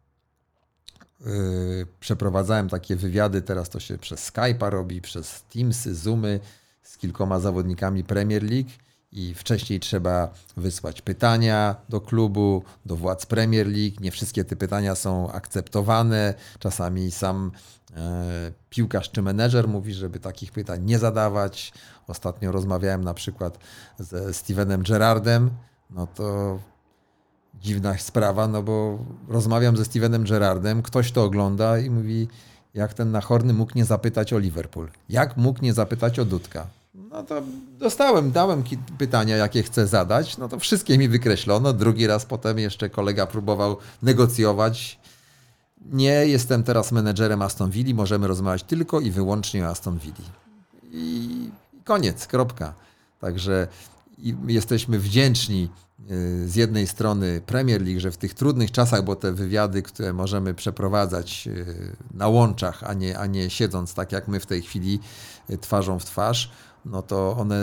przeprowadzałem takie wywiady, teraz to się przez Skype'a robi, przez Teamsy, Zoomy z kilkoma zawodnikami Premier League i wcześniej trzeba wysłać pytania do klubu, do władz Premier League. Nie wszystkie te pytania są akceptowane. Czasami sam piłkarz czy menedżer mówi, żeby takich pytań nie zadawać. Ostatnio rozmawiałem na przykład ze Stevenem Gerrardem, no to dziwna sprawa, no bo rozmawiam ze Stevenem Gerrardem, ktoś to ogląda i mówi, jak ten Nachorny mógł nie zapytać o Liverpool? Jak mógł nie zapytać o Dudka? No to dałem pytania, jakie chcę zadać, no to wszystkie mi wykreślono. Drugi raz potem jeszcze kolega próbował negocjować. Nie, jestem teraz menedżerem Aston Villa, możemy rozmawiać tylko i wyłącznie o Aston Villa. I koniec, kropka. Także jesteśmy wdzięczni z jednej strony Premier League, że w tych trudnych czasach, bo te wywiady, które możemy przeprowadzać na łączach, a nie siedząc tak jak my w tej chwili twarzą w twarz, no to one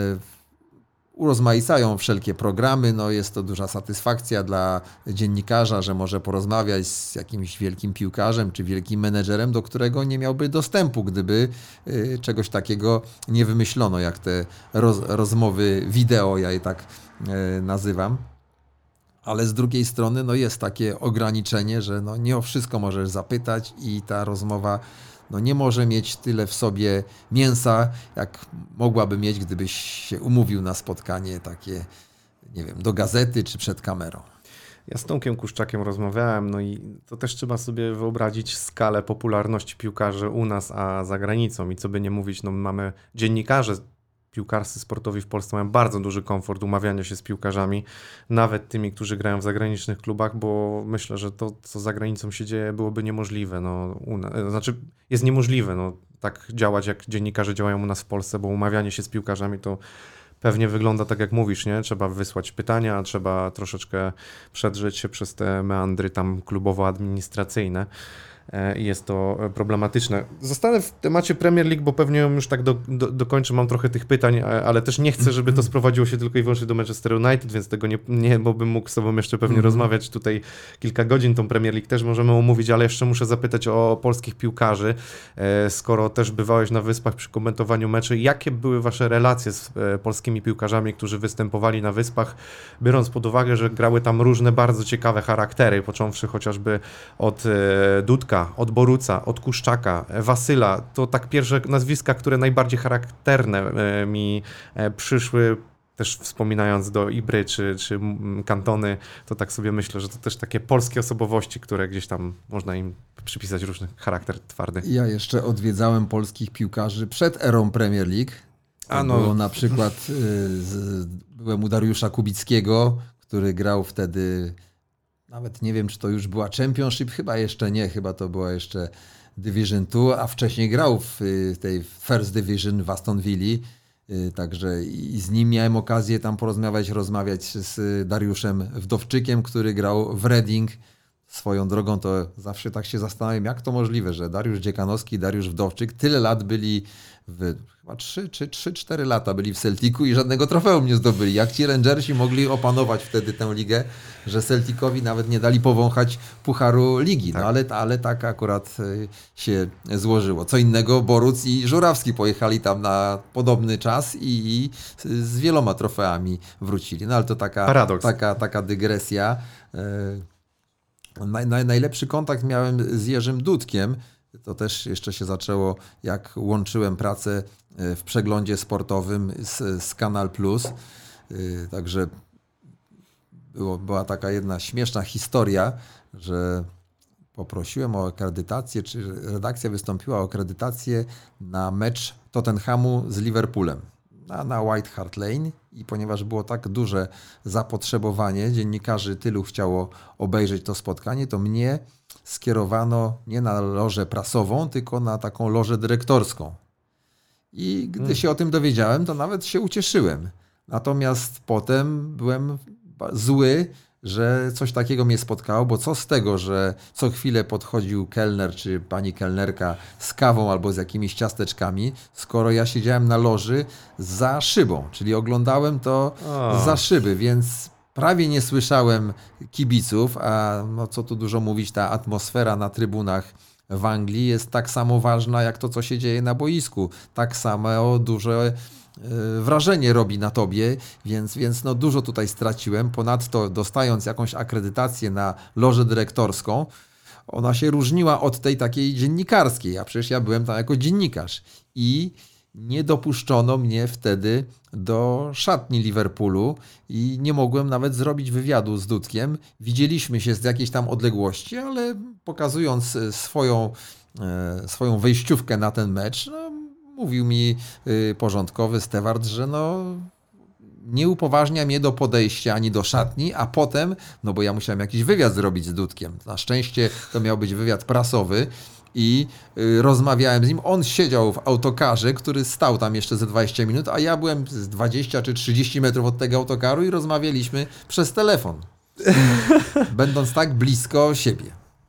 urozmaicają wszelkie programy. No jest to duża satysfakcja dla dziennikarza, że może porozmawiać z jakimś wielkim piłkarzem czy wielkim menedżerem, do którego nie miałby dostępu, gdyby czegoś takiego nie wymyślono, jak te rozmowy wideo, ja je tak nazywam. Ale z drugiej strony no jest takie ograniczenie, że no nie o wszystko możesz zapytać i ta rozmowa no nie może mieć tyle w sobie mięsa, jak mogłaby mieć, gdybyś się umówił na spotkanie takie, nie wiem, do gazety czy przed kamerą. Ja z Tomkiem Kuszczakiem rozmawiałem, no i to też trzeba sobie wyobrazić skalę popularności piłkarzy u nas, a za granicą. I co by nie mówić, no mamy dziennikarze piłkarscy sportowi w Polsce mają bardzo duży komfort umawiania się z piłkarzami, nawet tymi, którzy grają w zagranicznych klubach, bo myślę, że to, co za granicą się dzieje, byłoby niemożliwe. Znaczy jest niemożliwe tak działać, jak dziennikarze działają u nas w Polsce, bo umawianie się z piłkarzami to pewnie wygląda tak, jak mówisz, nie? Trzeba wysłać pytania, trzeba troszeczkę przedrzeć się przez te meandry tam klubowo-administracyjne. I jest to problematyczne. Zostanę w temacie Premier League, bo pewnie ją już tak dokończę. Mam trochę tych pytań, ale też nie chcę, żeby to sprowadziło się tylko i wyłącznie do Manchester United, więc tego nie bo bym mógł z tobą jeszcze pewnie rozmawiać tutaj kilka godzin. Tą Premier League też możemy omówić, ale jeszcze muszę zapytać o polskich piłkarzy. Skoro też bywałeś na Wyspach przy komentowaniu meczy, jakie były wasze relacje z polskimi piłkarzami, którzy występowali na Wyspach, biorąc pod uwagę, że grały tam różne bardzo ciekawe charaktery, począwszy chociażby od Dudka, od Boruca, od Kuszczaka, Wasyla, to tak pierwsze nazwiska, które najbardziej charakterne mi przyszły, też wspominając do Ibry czy Cantony, to tak sobie myślę, że to też takie polskie osobowości, które gdzieś tam można im przypisać różny charakter twardy. Ja jeszcze odwiedzałem polskich piłkarzy przed erą Premier League. Było na przykład byłem u Dariusza Kubickiego, który grał wtedy. Nawet nie wiem, czy to już była Championship, chyba jeszcze nie, chyba to była jeszcze Division 2, a wcześniej grał w tej First Division w Aston Villa, także i z nim miałem okazję tam rozmawiać z Dariuszem Wdowczykiem, który grał w Reading. Swoją drogą to zawsze tak się zastanawiam, jak to możliwe, że Dariusz Dziekanowski i Dariusz Wdowczyk tyle lat byli, chyba 3-4 lata byli w Celticu i żadnego trofeum nie zdobyli. Jak ci Rangersi mogli opanować wtedy tę ligę, że Celticowi nawet nie dali powąchać pucharu ligi. Tak. No ale tak akurat się złożyło. Co innego Boruc i Żurawski pojechali tam na podobny czas i z wieloma trofeami wrócili. No ale to taka dygresja. Najlepszy kontakt miałem z Jerzym Dudkiem. To też jeszcze się zaczęło, jak łączyłem pracę w przeglądzie sportowym z Kanal Plus. Także była taka jedna śmieszna historia, że poprosiłem o akredytację, czy redakcja wystąpiła o akredytację na mecz Tottenhamu z Liverpoolem na White Hart Lane i ponieważ było tak duże zapotrzebowanie, dziennikarzy tylu chciało obejrzeć to spotkanie, to mnie skierowano nie na lożę prasową, tylko na taką lożę dyrektorską. I gdy się o tym dowiedziałem, to nawet się ucieszyłem. Natomiast potem byłem zły, że coś takiego mnie spotkało, bo co z tego, że co chwilę podchodził kelner czy pani kelnerka z kawą albo z jakimiś ciasteczkami, skoro ja siedziałem na loży za szybą, czyli oglądałem to za szyby, więc prawie nie słyszałem kibiców, a no co tu dużo mówić, ta atmosfera na trybunach w Anglii jest tak samo ważna jak to, co się dzieje na boisku. Tak samo duże wrażenie robi na tobie, więc no dużo tutaj straciłem. Ponadto dostając jakąś akredytację na lożę dyrektorską, ona się różniła od tej takiej dziennikarskiej, a przecież ja byłem tam jako dziennikarz i nie dopuszczono mnie wtedy do szatni Liverpoolu i nie mogłem nawet zrobić wywiadu z Dudkiem. Widzieliśmy się z jakiejś tam odległości, ale pokazując swoją wejściówkę na ten mecz, no, mówił mi porządkowy steward, że no nie upoważnia mnie do podejścia ani do szatni, a potem, no bo ja musiałem jakiś wywiad zrobić z Dudkiem. Na szczęście to miał być wywiad prasowy i rozmawiałem z nim. On siedział w autokarze, który stał tam jeszcze ze 20 minut, a ja byłem z 20 czy 30 metrów od tego autokaru i rozmawialiśmy przez telefon. Będąc tak blisko siebie.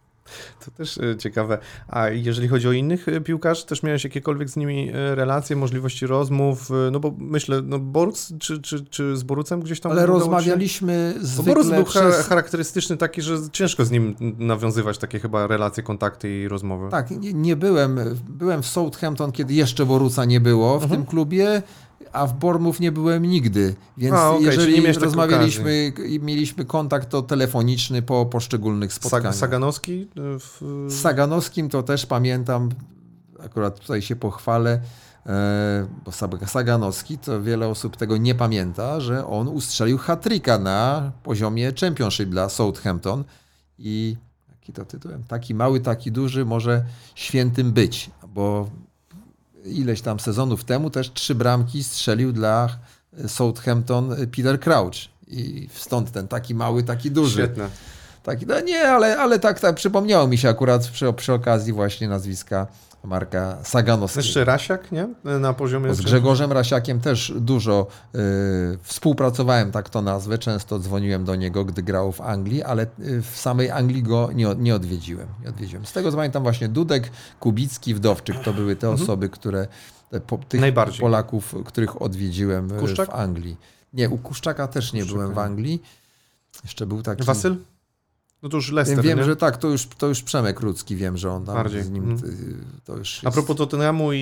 To też ciekawe. A jeżeli chodzi o innych piłkarzy, też miałeś jakiekolwiek z nimi relacje, możliwości rozmów? No bo myślę, no Boruc czy z Borucem gdzieś tam... Ale rozmawialiśmy zwykle Boruc był charakterystyczny taki, że ciężko z nim nawiązywać takie chyba relacje, kontakty i rozmowy. Tak, nie byłem w Southampton, kiedy jeszcze Boruca nie było w tym klubie, a w Bournemouth nie byłem nigdy, więc jeżeli rozmawialiśmy i mieliśmy kontakt, to telefoniczny po poszczególnych spotkaniach. Saganowski? Z Saganowskim to też pamiętam, akurat tutaj się pochwalę, bo Saganowski, to wiele osób tego nie pamięta, że on ustrzelił hat-tricka na poziomie Championship dla Southampton i jaki to tytułem? Taki mały, taki duży, może świętym być, bo ileś tam sezonów temu też 3 bramki strzelił dla Southampton Peter Crouch. I stąd ten taki mały, taki duży. Świetne. Taki, no nie, ale tak przypomniało mi się akurat przy okazji właśnie nazwiska Marka Saganowskiego. Jeszcze Rasiak, nie? Na poziomie... Z Grzegorzem Rasiakiem też dużo współpracowałem, tak to nazwę. Często dzwoniłem do niego, gdy grał w Anglii, ale w samej Anglii go nie odwiedziłem. Z tego pamiętam właśnie Dudek, Kubicki, Wdowczyk. To były te osoby, które tych Polaków, których odwiedziłem w Anglii. Nie, u Kuszczaka też nie byłem w Anglii. Jeszcze był taki... Wasyl? No to już Leicester, Wiem, nie? że tak, to już Przemek Rudzki, wiem, że on tam bardziej. Z nim to już jest... A propos Tottenhamu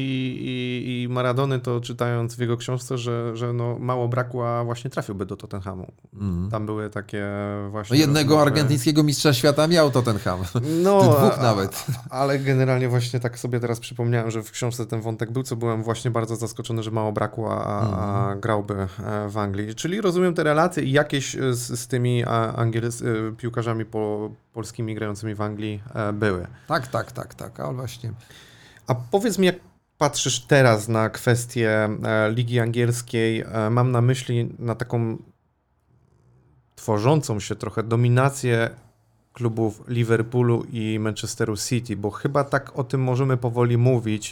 i Maradony, to czytając w jego książce, że no mało brakło, a właśnie trafiłby do Tottenhamu. Tam były takie właśnie... No jednego argentyńskiego mistrza świata miał Tottenham. No, 2 nawet. Ale generalnie właśnie tak sobie teraz przypomniałem, że w książce ten wątek był, co byłem właśnie bardzo zaskoczony, że mało brakło, a grałby w Anglii. Czyli rozumiem te relacje i jakieś z tymi piłkarzami polskimi grającymi w Anglii były. Tak, ale właśnie. A powiedz mi, jak patrzysz teraz na kwestię Ligi Angielskiej, mam na myśli na taką tworzącą się trochę dominację klubów Liverpoolu i Manchesteru City, bo chyba tak o tym możemy powoli mówić,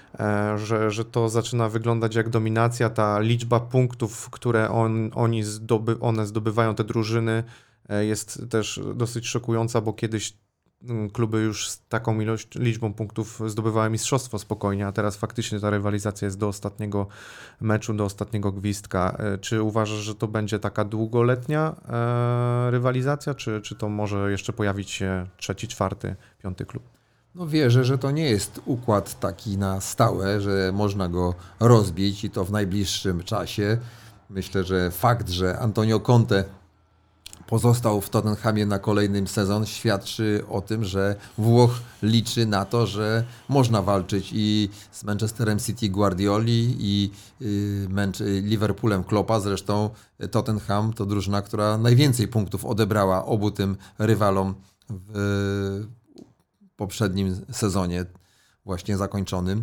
że to zaczyna wyglądać jak dominacja, ta liczba punktów, które one zdobywają, te drużyny, jest też dosyć szokująca, bo kiedyś kluby już z taką liczbą punktów zdobywały mistrzostwo spokojnie, a teraz faktycznie ta rywalizacja jest do ostatniego meczu, do ostatniego gwizdka. Czy uważasz, że to będzie taka długoletnia rywalizacja, czy to może jeszcze pojawić się 3., 4., 5. klub? No wierzę, że to nie jest układ taki na stałe, że można go rozbić i to w najbliższym czasie. Myślę, że fakt, że Antonio Conte pozostał w Tottenhamie na kolejny sezon, świadczy o tym, że Włoch liczy na to, że można walczyć i z Manchesterem City Guardioli i Liverpoolem Kloppa. Zresztą Tottenham to drużyna, która najwięcej punktów odebrała obu tym rywalom w poprzednim sezonie właśnie zakończonym.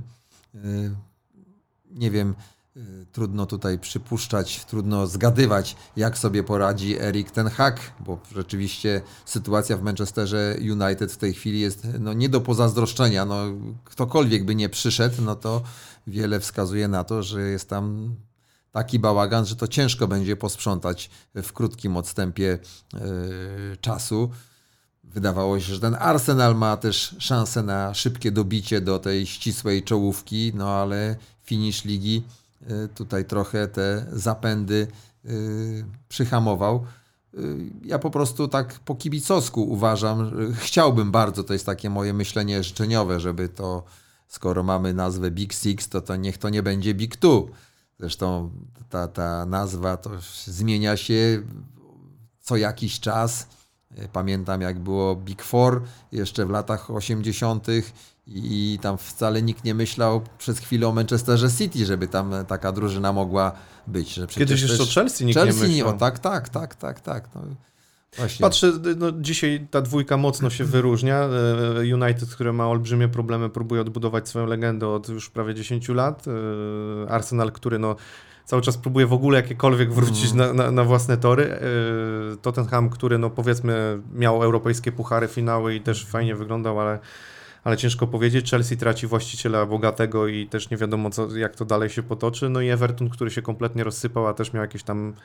Nie wiem, trudno tutaj przypuszczać, trudno zgadywać, jak sobie poradzi Erik ten Hag, bo rzeczywiście sytuacja w Manchesterze United w tej chwili jest nie do pozazdroszczenia. Ktokolwiek by nie przyszedł, to wiele wskazuje na to, że jest tam taki bałagan, że to ciężko będzie posprzątać w krótkim odstępie czasu. Wydawało się, że ten Arsenal ma też szansę na szybkie dobicie do tej ścisłej czołówki, no ale finisz ligi tutaj trochę te zapędy przyhamował. Ja po prostu tak po kibicowsku uważam, chciałbym bardzo, to jest takie moje myślenie życzeniowe, żeby to, skoro mamy nazwę Big Six, to niech to nie będzie Big Two. Zresztą ta nazwa to zmienia się co jakiś czas. Pamiętam, jak było Big Four jeszcze w latach 80. i tam wcale nikt nie myślał przez chwilę o Manchesterze City, żeby tam taka drużyna mogła być. Że Kiedyś jeszcze o Chelsea nikt nie myślał. Tak. No, właśnie. Patrzę, no, dzisiaj ta dwójka mocno się wyróżnia. United, które ma olbrzymie problemy, próbuje odbudować swoją legendę od już prawie 10 lat. Arsenal, który no cały czas próbuje w ogóle jakiekolwiek wrócić na własne tory. Tottenham, który no powiedzmy miał europejskie puchary, finały i też fajnie wyglądał, ale ciężko powiedzieć. Chelsea traci właściciela bogatego i też nie wiadomo jak to dalej się potoczy. No i Everton, który się kompletnie rozsypał, a też miał jakieś tam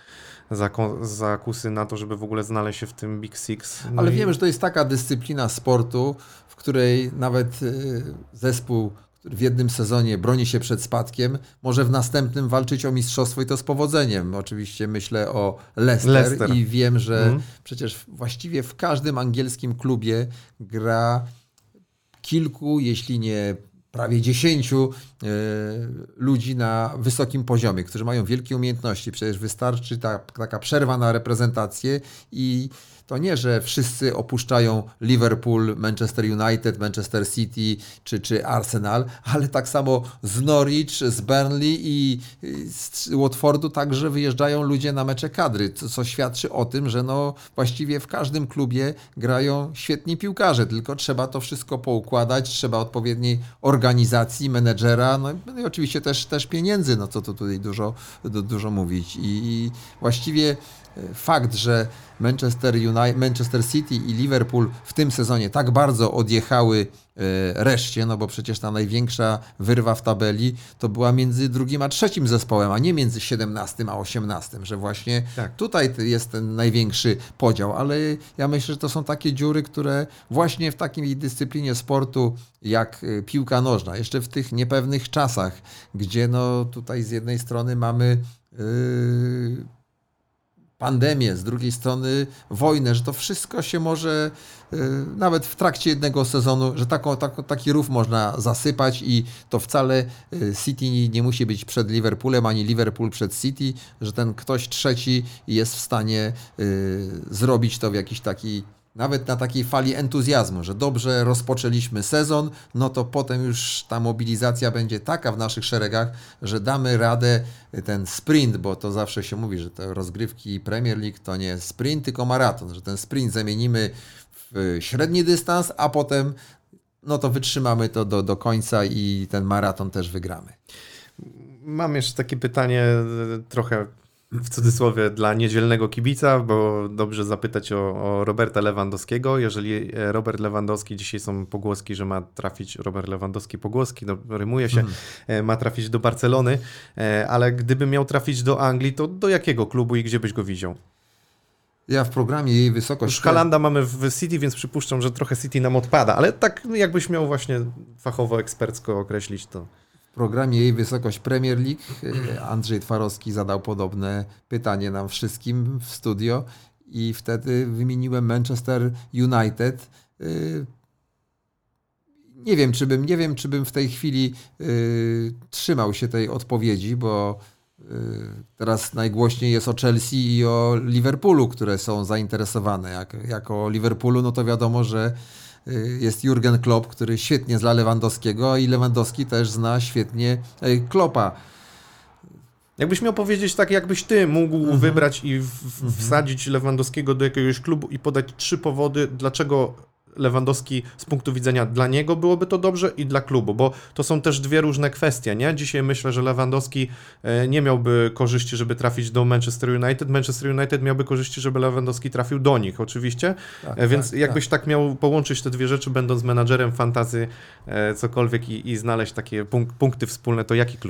zakusy na to, żeby w ogóle znaleźć się w tym Big Six. No ale wiemy, że to jest taka dyscyplina sportu, w której nawet zespół, który w jednym sezonie broni się przed spadkiem, może w następnym walczyć o mistrzostwo i to z powodzeniem. Oczywiście myślę o Leicester. I wiem, że przecież właściwie w każdym angielskim klubie gra kilku, jeśli nie prawie 10 ludzi na wysokim poziomie, którzy mają wielkie umiejętności. Przecież wystarczy taka przerwa na reprezentację i to nie, że wszyscy opuszczają Liverpool, Manchester United, Manchester City czy Arsenal, ale tak samo z Norwich, z Burnley i z Watfordu także wyjeżdżają ludzie na mecze kadry, co świadczy o tym, że no właściwie w każdym klubie grają świetni piłkarze, tylko trzeba to wszystko poukładać, trzeba odpowiedniej organizacji, menedżera, no i oczywiście też pieniędzy, no co tu tutaj dużo mówić. I właściwie fakt, że Manchester City i Liverpool w tym sezonie tak bardzo odjechały reszcie, no bo przecież ta największa wyrwa w tabeli to była między drugim a trzecim zespołem, a nie między 17 a 18, że właśnie tutaj jest ten największy podział, ale ja myślę, że to są takie dziury, które właśnie w takiej dyscyplinie sportu jak piłka nożna, jeszcze w tych niepewnych czasach, gdzie no tutaj z jednej strony mamy pandemię, z drugiej strony wojnę, że to wszystko się może nawet w trakcie jednego sezonu, że taki rów można zasypać i to wcale City nie musi być przed Liverpoolem, ani Liverpool przed City, że ten ktoś trzeci jest w stanie zrobić to w jakiś taki, nawet na takiej fali entuzjazmu, że dobrze rozpoczęliśmy sezon, no to potem już ta mobilizacja będzie taka w naszych szeregach, że damy radę ten sprint, bo to zawsze się mówi, że te rozgrywki Premier League to nie sprint, tylko maraton, że ten sprint zamienimy w średni dystans, a potem no to wytrzymamy to do końca i ten maraton też wygramy. Mam jeszcze takie pytanie trochę w cudzysłowie dla niedzielnego kibica, bo dobrze zapytać o Roberta Lewandowskiego. Jeżeli Robert Lewandowski, dzisiaj są pogłoski, że ma trafić, Robert Lewandowski pogłoski, no, rymuje się, ma trafić do Barcelony, ale gdyby miał trafić do Anglii, to do jakiego klubu i gdzie byś go widział? Ja w programie jej wysokość... Już Halanda mamy w City, więc przypuszczam, że trochę City nam odpada, ale tak jakbyś miał właśnie fachowo, ekspercko określić to. W programie jej wysokość Premier League Andrzej Twarowski zadał podobne pytanie nam wszystkim w studio i wtedy wymieniłem Manchester United. Nie wiem, czy bym w tej chwili trzymał się tej odpowiedzi, bo teraz najgłośniej jest o Chelsea i o Liverpoolu, które są zainteresowane. Jak o Liverpoolu, no to wiadomo, że jest Jurgen Klopp, który świetnie zna Lewandowskiego i Lewandowski też zna świetnie Kloppa. Jakbyś miał powiedzieć tak, jakbyś ty mógł wybrać i wsadzić Lewandowskiego do jakiegoś klubu i podać 3 powody, dlaczego Lewandowski z punktu widzenia dla niego byłoby to dobrze i dla klubu, bo to są też dwie różne kwestie, nie? Dzisiaj myślę, że Lewandowski nie miałby korzyści, żeby trafić do Manchester United. Manchester United miałby korzyści, żeby Lewandowski trafił do nich, oczywiście. Więc jakbyś tak miał połączyć te dwie rzeczy, będąc menadżerem fantasy, cokolwiek i znaleźć takie punkty wspólne, to jaki klub?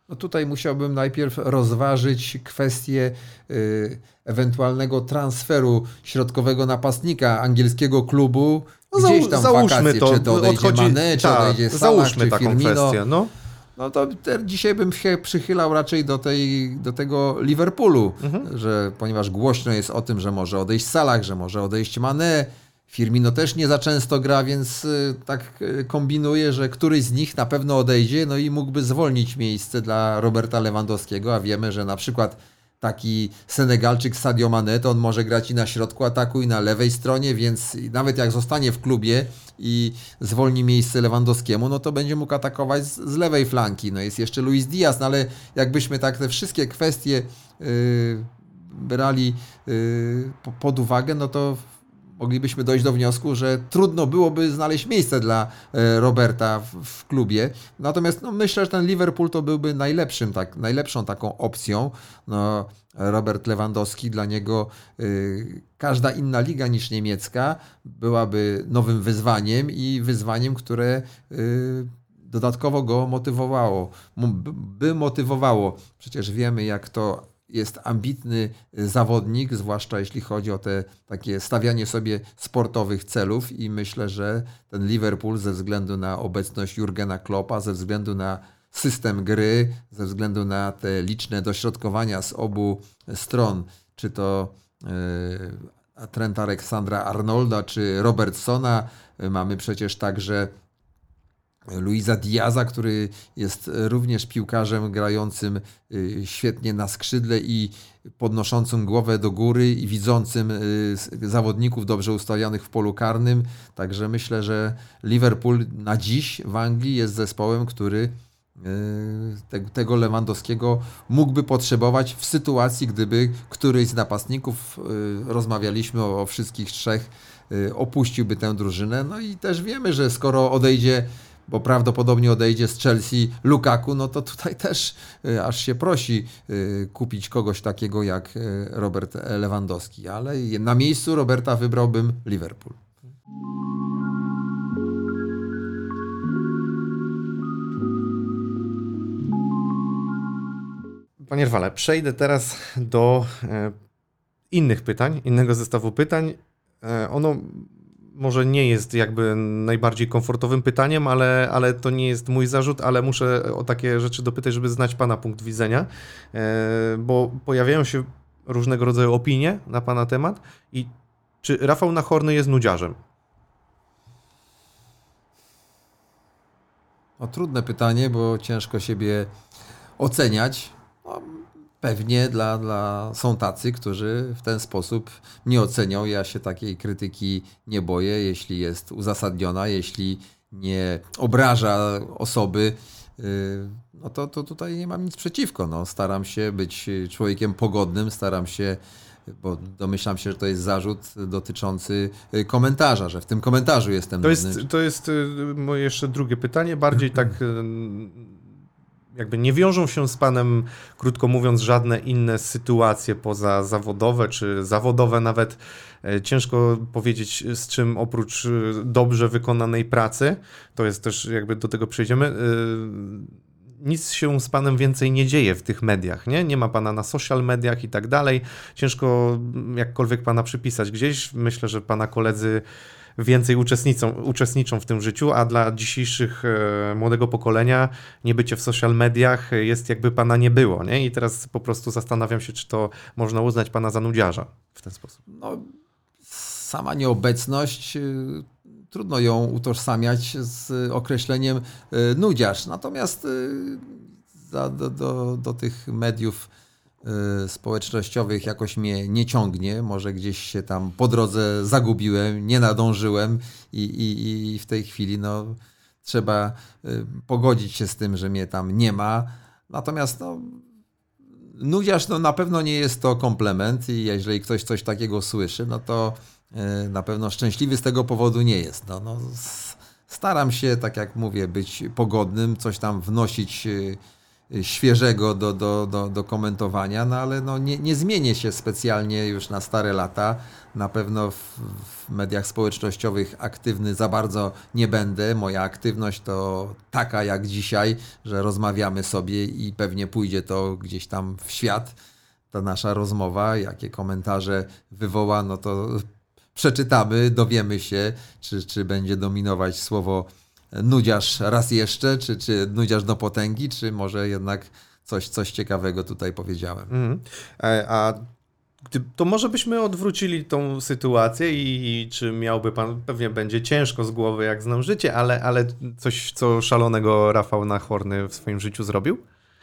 No tutaj musiałbym najpierw rozważyć kwestię ewentualnego transferu środkowego napastnika angielskiego klubu. No, Gdzieś tam załóżmy wakacje, to, czy to odejdzie Mané, czy odejdzie Salah, załóżmy czy taką Firmino. kwestię, no. No to dzisiaj bym się przychylał raczej do tego Liverpoolu, że ponieważ głośno jest o tym, że może odejść Salah, że może odejść Mané. Firmino też nie za często gra, więc tak kombinuję, że któryś z nich na pewno odejdzie, no i mógłby zwolnić miejsce dla Roberta Lewandowskiego, a wiemy, że na przykład taki Senegalczyk Sadio Mané, to on może grać i na środku ataku, i na lewej stronie, więc nawet jak zostanie w klubie i zwolni miejsce Lewandowskiemu, no to będzie mógł atakować z lewej flanki. No jest jeszcze Luis Diaz, no ale jakbyśmy tak te wszystkie kwestie brali pod uwagę, no to moglibyśmy dojść do wniosku, że trudno byłoby znaleźć miejsce dla Roberta w klubie. Natomiast no, myślę, że ten Liverpool to byłby najlepszą taką opcją. No, Robert Lewandowski, dla niego każda inna liga niż niemiecka byłaby nowym wyzwaniem i wyzwaniem, które dodatkowo go motywowało. Przecież wiemy, jak to jest ambitny zawodnik, zwłaszcza jeśli chodzi o te takie stawianie sobie sportowych celów i myślę, że ten Liverpool ze względu na obecność Jurgena Kloppa, ze względu na system gry, ze względu na te liczne dośrodkowania z obu stron, czy to Trenta Aleksandra-Arnolda, czy Robertsona, mamy przecież także Luisa Diaza, który jest również piłkarzem grającym świetnie na skrzydle i podnoszącym głowę do góry i widzącym zawodników dobrze ustawionych w polu karnym. Także myślę, że Liverpool na dziś w Anglii jest zespołem, który tego Lewandowskiego mógłby potrzebować w sytuacji, gdyby któryś z napastników, rozmawialiśmy o wszystkich trzech, opuściłby tę drużynę. No i też wiemy, że skoro odejdzie, bo prawdopodobnie odejdzie z Chelsea Lukaku, no to tutaj też aż się prosi kupić kogoś takiego jak Robert Lewandowski, ale na miejscu Roberta wybrałbym Liverpool. Panie Rafale, przejdę teraz do innych pytań, innego zestawu pytań. Ono może nie jest jakby najbardziej komfortowym pytaniem, ale to nie jest mój zarzut, ale muszę o takie rzeczy dopytać, żeby znać Pana punkt widzenia, bo pojawiają się różnego rodzaju opinie na Pana temat i czy Rafał Nachorny jest nudziarzem? No, trudne pytanie, bo ciężko siebie oceniać. No, pewnie są tacy, którzy w ten sposób nie ocenią. Ja się takiej krytyki nie boję, jeśli jest uzasadniona, jeśli nie obraża osoby, no to tutaj nie mam nic przeciwko. No, staram się być człowiekiem pogodnym, staram się, bo domyślam się, że to jest zarzut dotyczący komentarza, że w tym komentarzu jestem nudny. To jest moje jeszcze drugie pytanie, bardziej tak jakby nie wiążą się z Panem, krótko mówiąc, żadne inne sytuacje pozazawodowe, czy zawodowe nawet. Ciężko powiedzieć, z czym oprócz dobrze wykonanej pracy, to jest też jakby do tego przejdziemy, nic się z Panem więcej nie dzieje w tych mediach, nie? Nie ma Pana na social mediach i tak dalej. Ciężko jakkolwiek Pana przypisać gdzieś. Myślę, że Pana koledzy więcej uczestniczą w tym życiu, a dla dzisiejszych młodego pokolenia niebycie w social mediach jest jakby Pana nie było, nie? I teraz po prostu zastanawiam się, czy to można uznać Pana za nudziarza w ten sposób. No, sama nieobecność, trudno ją utożsamiać z określeniem nudziarz. Natomiast do tych mediów społecznościowych jakoś mnie nie ciągnie. Może gdzieś się tam po drodze zagubiłem, nie nadążyłem i w tej chwili no, trzeba pogodzić się z tym, że mnie tam nie ma. Natomiast no, nudziarz no, na pewno nie jest to komplement i jeżeli ktoś coś takiego słyszy, no to na pewno szczęśliwy z tego powodu nie jest. Staram się, tak jak mówię, być pogodnym, coś tam wnosić świeżego do komentowania, no ale no nie zmienię się specjalnie już na stare lata. Na pewno w mediach społecznościowych aktywny za bardzo nie będę. Moja aktywność to taka jak dzisiaj, że rozmawiamy sobie i pewnie pójdzie to gdzieś tam w świat, ta nasza rozmowa. Jakie komentarze wywoła, no to przeczytamy, dowiemy się, czy będzie dominować słowo nudziarz raz jeszcze, czy nudziarz do potęgi, czy może jednak coś ciekawego tutaj powiedziałem. To może byśmy odwrócili tą sytuację i czy miałby pan, pewnie będzie ciężko z głowy, jak znam życie, ale coś, co szalonego Rafał Nachorny w swoim życiu zrobił?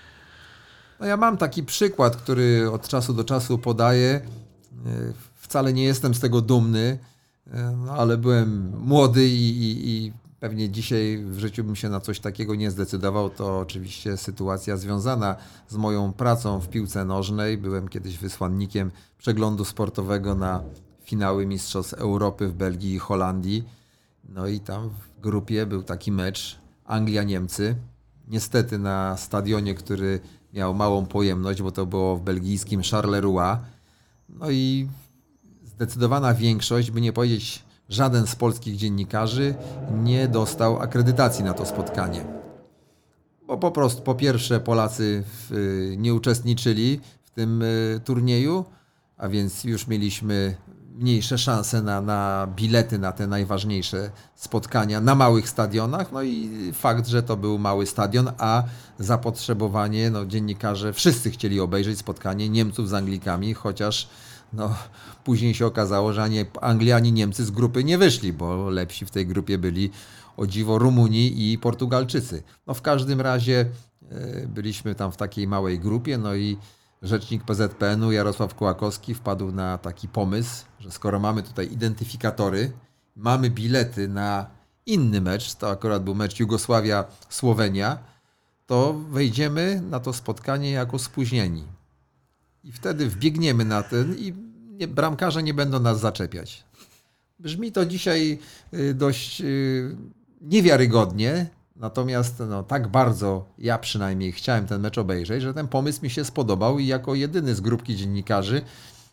No ja mam taki przykład, który od czasu do czasu podaję. Wcale nie jestem z tego dumny, no ale byłem młody i pewnie dzisiaj w życiu bym się na coś takiego nie zdecydował. To oczywiście sytuacja związana z moją pracą w piłce nożnej. Byłem kiedyś wysłannikiem przeglądu sportowego na finały Mistrzostw Europy w Belgii i Holandii. No i tam w grupie był taki mecz Anglia-Niemcy. Niestety na stadionie, który miał małą pojemność, bo to było w belgijskim Charleroi. No i zdecydowana większość, by nie powiedzieć żaden z polskich dziennikarzy, nie dostał akredytacji na to spotkanie. Bo po prostu, po pierwsze, Polacy nie uczestniczyli w tym turnieju, a więc już mieliśmy mniejsze szanse na bilety na te najważniejsze spotkania na małych stadionach. No i fakt, że to był mały stadion, a zapotrzebowanie, no dziennikarze wszyscy chcieli obejrzeć spotkanie Niemców z Anglikami, chociaż no, później się okazało, że ani Anglia, ani Niemcy z grupy nie wyszli, bo lepsi w tej grupie byli o dziwo Rumuni i Portugalczycy. No w każdym razie byliśmy tam w takiej małej grupie, no i rzecznik PZPN-u Jarosław Kołakowski wpadł na taki pomysł, że skoro mamy tutaj identyfikatory, mamy bilety na inny mecz, to akurat był mecz Jugosławia-Słowenia, to wejdziemy na to spotkanie jako spóźnieni. I wtedy wbiegniemy na ten i bramkarze nie będą nas zaczepiać. Brzmi to dzisiaj dość niewiarygodnie, natomiast no, tak bardzo ja przynajmniej chciałem ten mecz obejrzeć, że ten pomysł mi się spodobał i jako jedyny z grupki dziennikarzy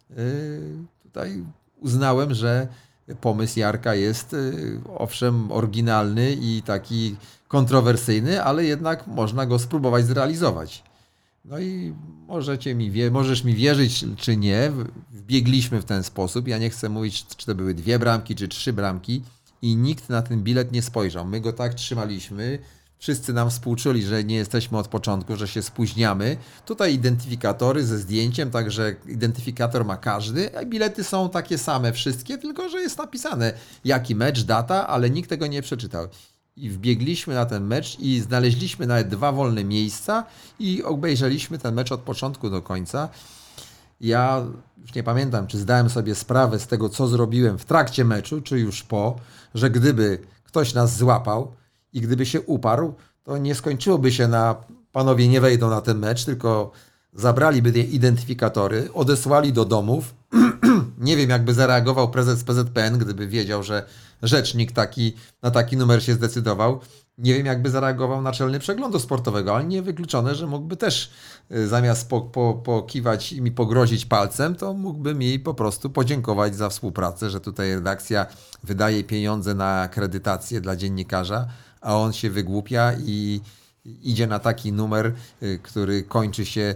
tutaj uznałem, że pomysł Jarka jest owszem oryginalny i taki kontrowersyjny, ale jednak można go spróbować zrealizować. No i możesz mi wierzyć, czy nie, wbiegliśmy w ten sposób. Ja nie chcę mówić, czy to były 2 bramki, czy 3 bramki i nikt na ten bilet nie spojrzał. My go tak trzymaliśmy, wszyscy nam współczuli, że nie jesteśmy od początku, że się spóźniamy. Tutaj identyfikatory ze zdjęciem, także identyfikator ma każdy, a bilety są takie same wszystkie, tylko że jest napisane jaki mecz, data, ale nikt tego nie przeczytał. I wbiegliśmy na ten mecz i znaleźliśmy nawet 2 wolne miejsca i obejrzeliśmy ten mecz od początku do końca. Ja już nie pamiętam, czy zdałem sobie sprawę z tego, co zrobiłem w trakcie meczu, czy już po, że gdyby ktoś nas złapał i gdyby się uparł, to nie skończyłoby się na panowie nie wejdą na ten mecz, tylko zabraliby te identyfikatory, odesłali do domów. Nie wiem, jakby zareagował prezes PZPN, gdyby wiedział, że rzecznik na taki numer się zdecydował. Nie wiem, jakby zareagował Naczelny Przeglądu Sportowego, ale niewykluczone, że mógłby też zamiast pokiwać i mi pogrozić palcem, to mógłby mi po prostu podziękować za współpracę, że tutaj redakcja wydaje pieniądze na akredytację dla dziennikarza, a on się wygłupia i idzie na taki numer, który kończy się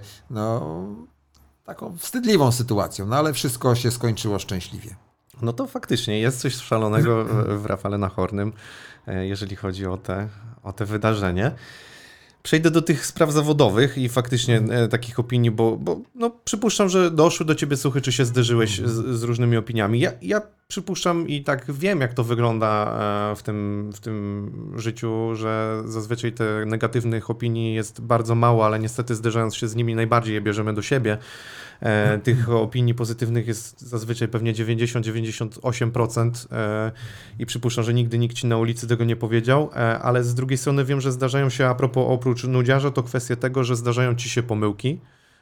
taką wstydliwą sytuacją, no ale wszystko się skończyło szczęśliwie. No to faktycznie jest coś szalonego w Rafale Nachornym, jeżeli chodzi o te wydarzenie. Przejdę do tych spraw zawodowych i faktycznie takich opinii, bo no, przypuszczam, że doszły do ciebie słuchy, czy się zderzyłeś z różnymi opiniami. Ja przypuszczam i tak wiem, jak to wygląda w tym życiu, że zazwyczaj te negatywnych opinii jest bardzo mało, ale niestety zderzając się z nimi najbardziej je bierzemy do siebie. Tych opinii pozytywnych jest zazwyczaj pewnie 90-98% i przypuszczam, że nigdy nikt ci na ulicy tego nie powiedział, ale z drugiej strony wiem, że zdarzają się, a propos oprócz nudziarza, to kwestia tego, że zdarzają ci się pomyłki,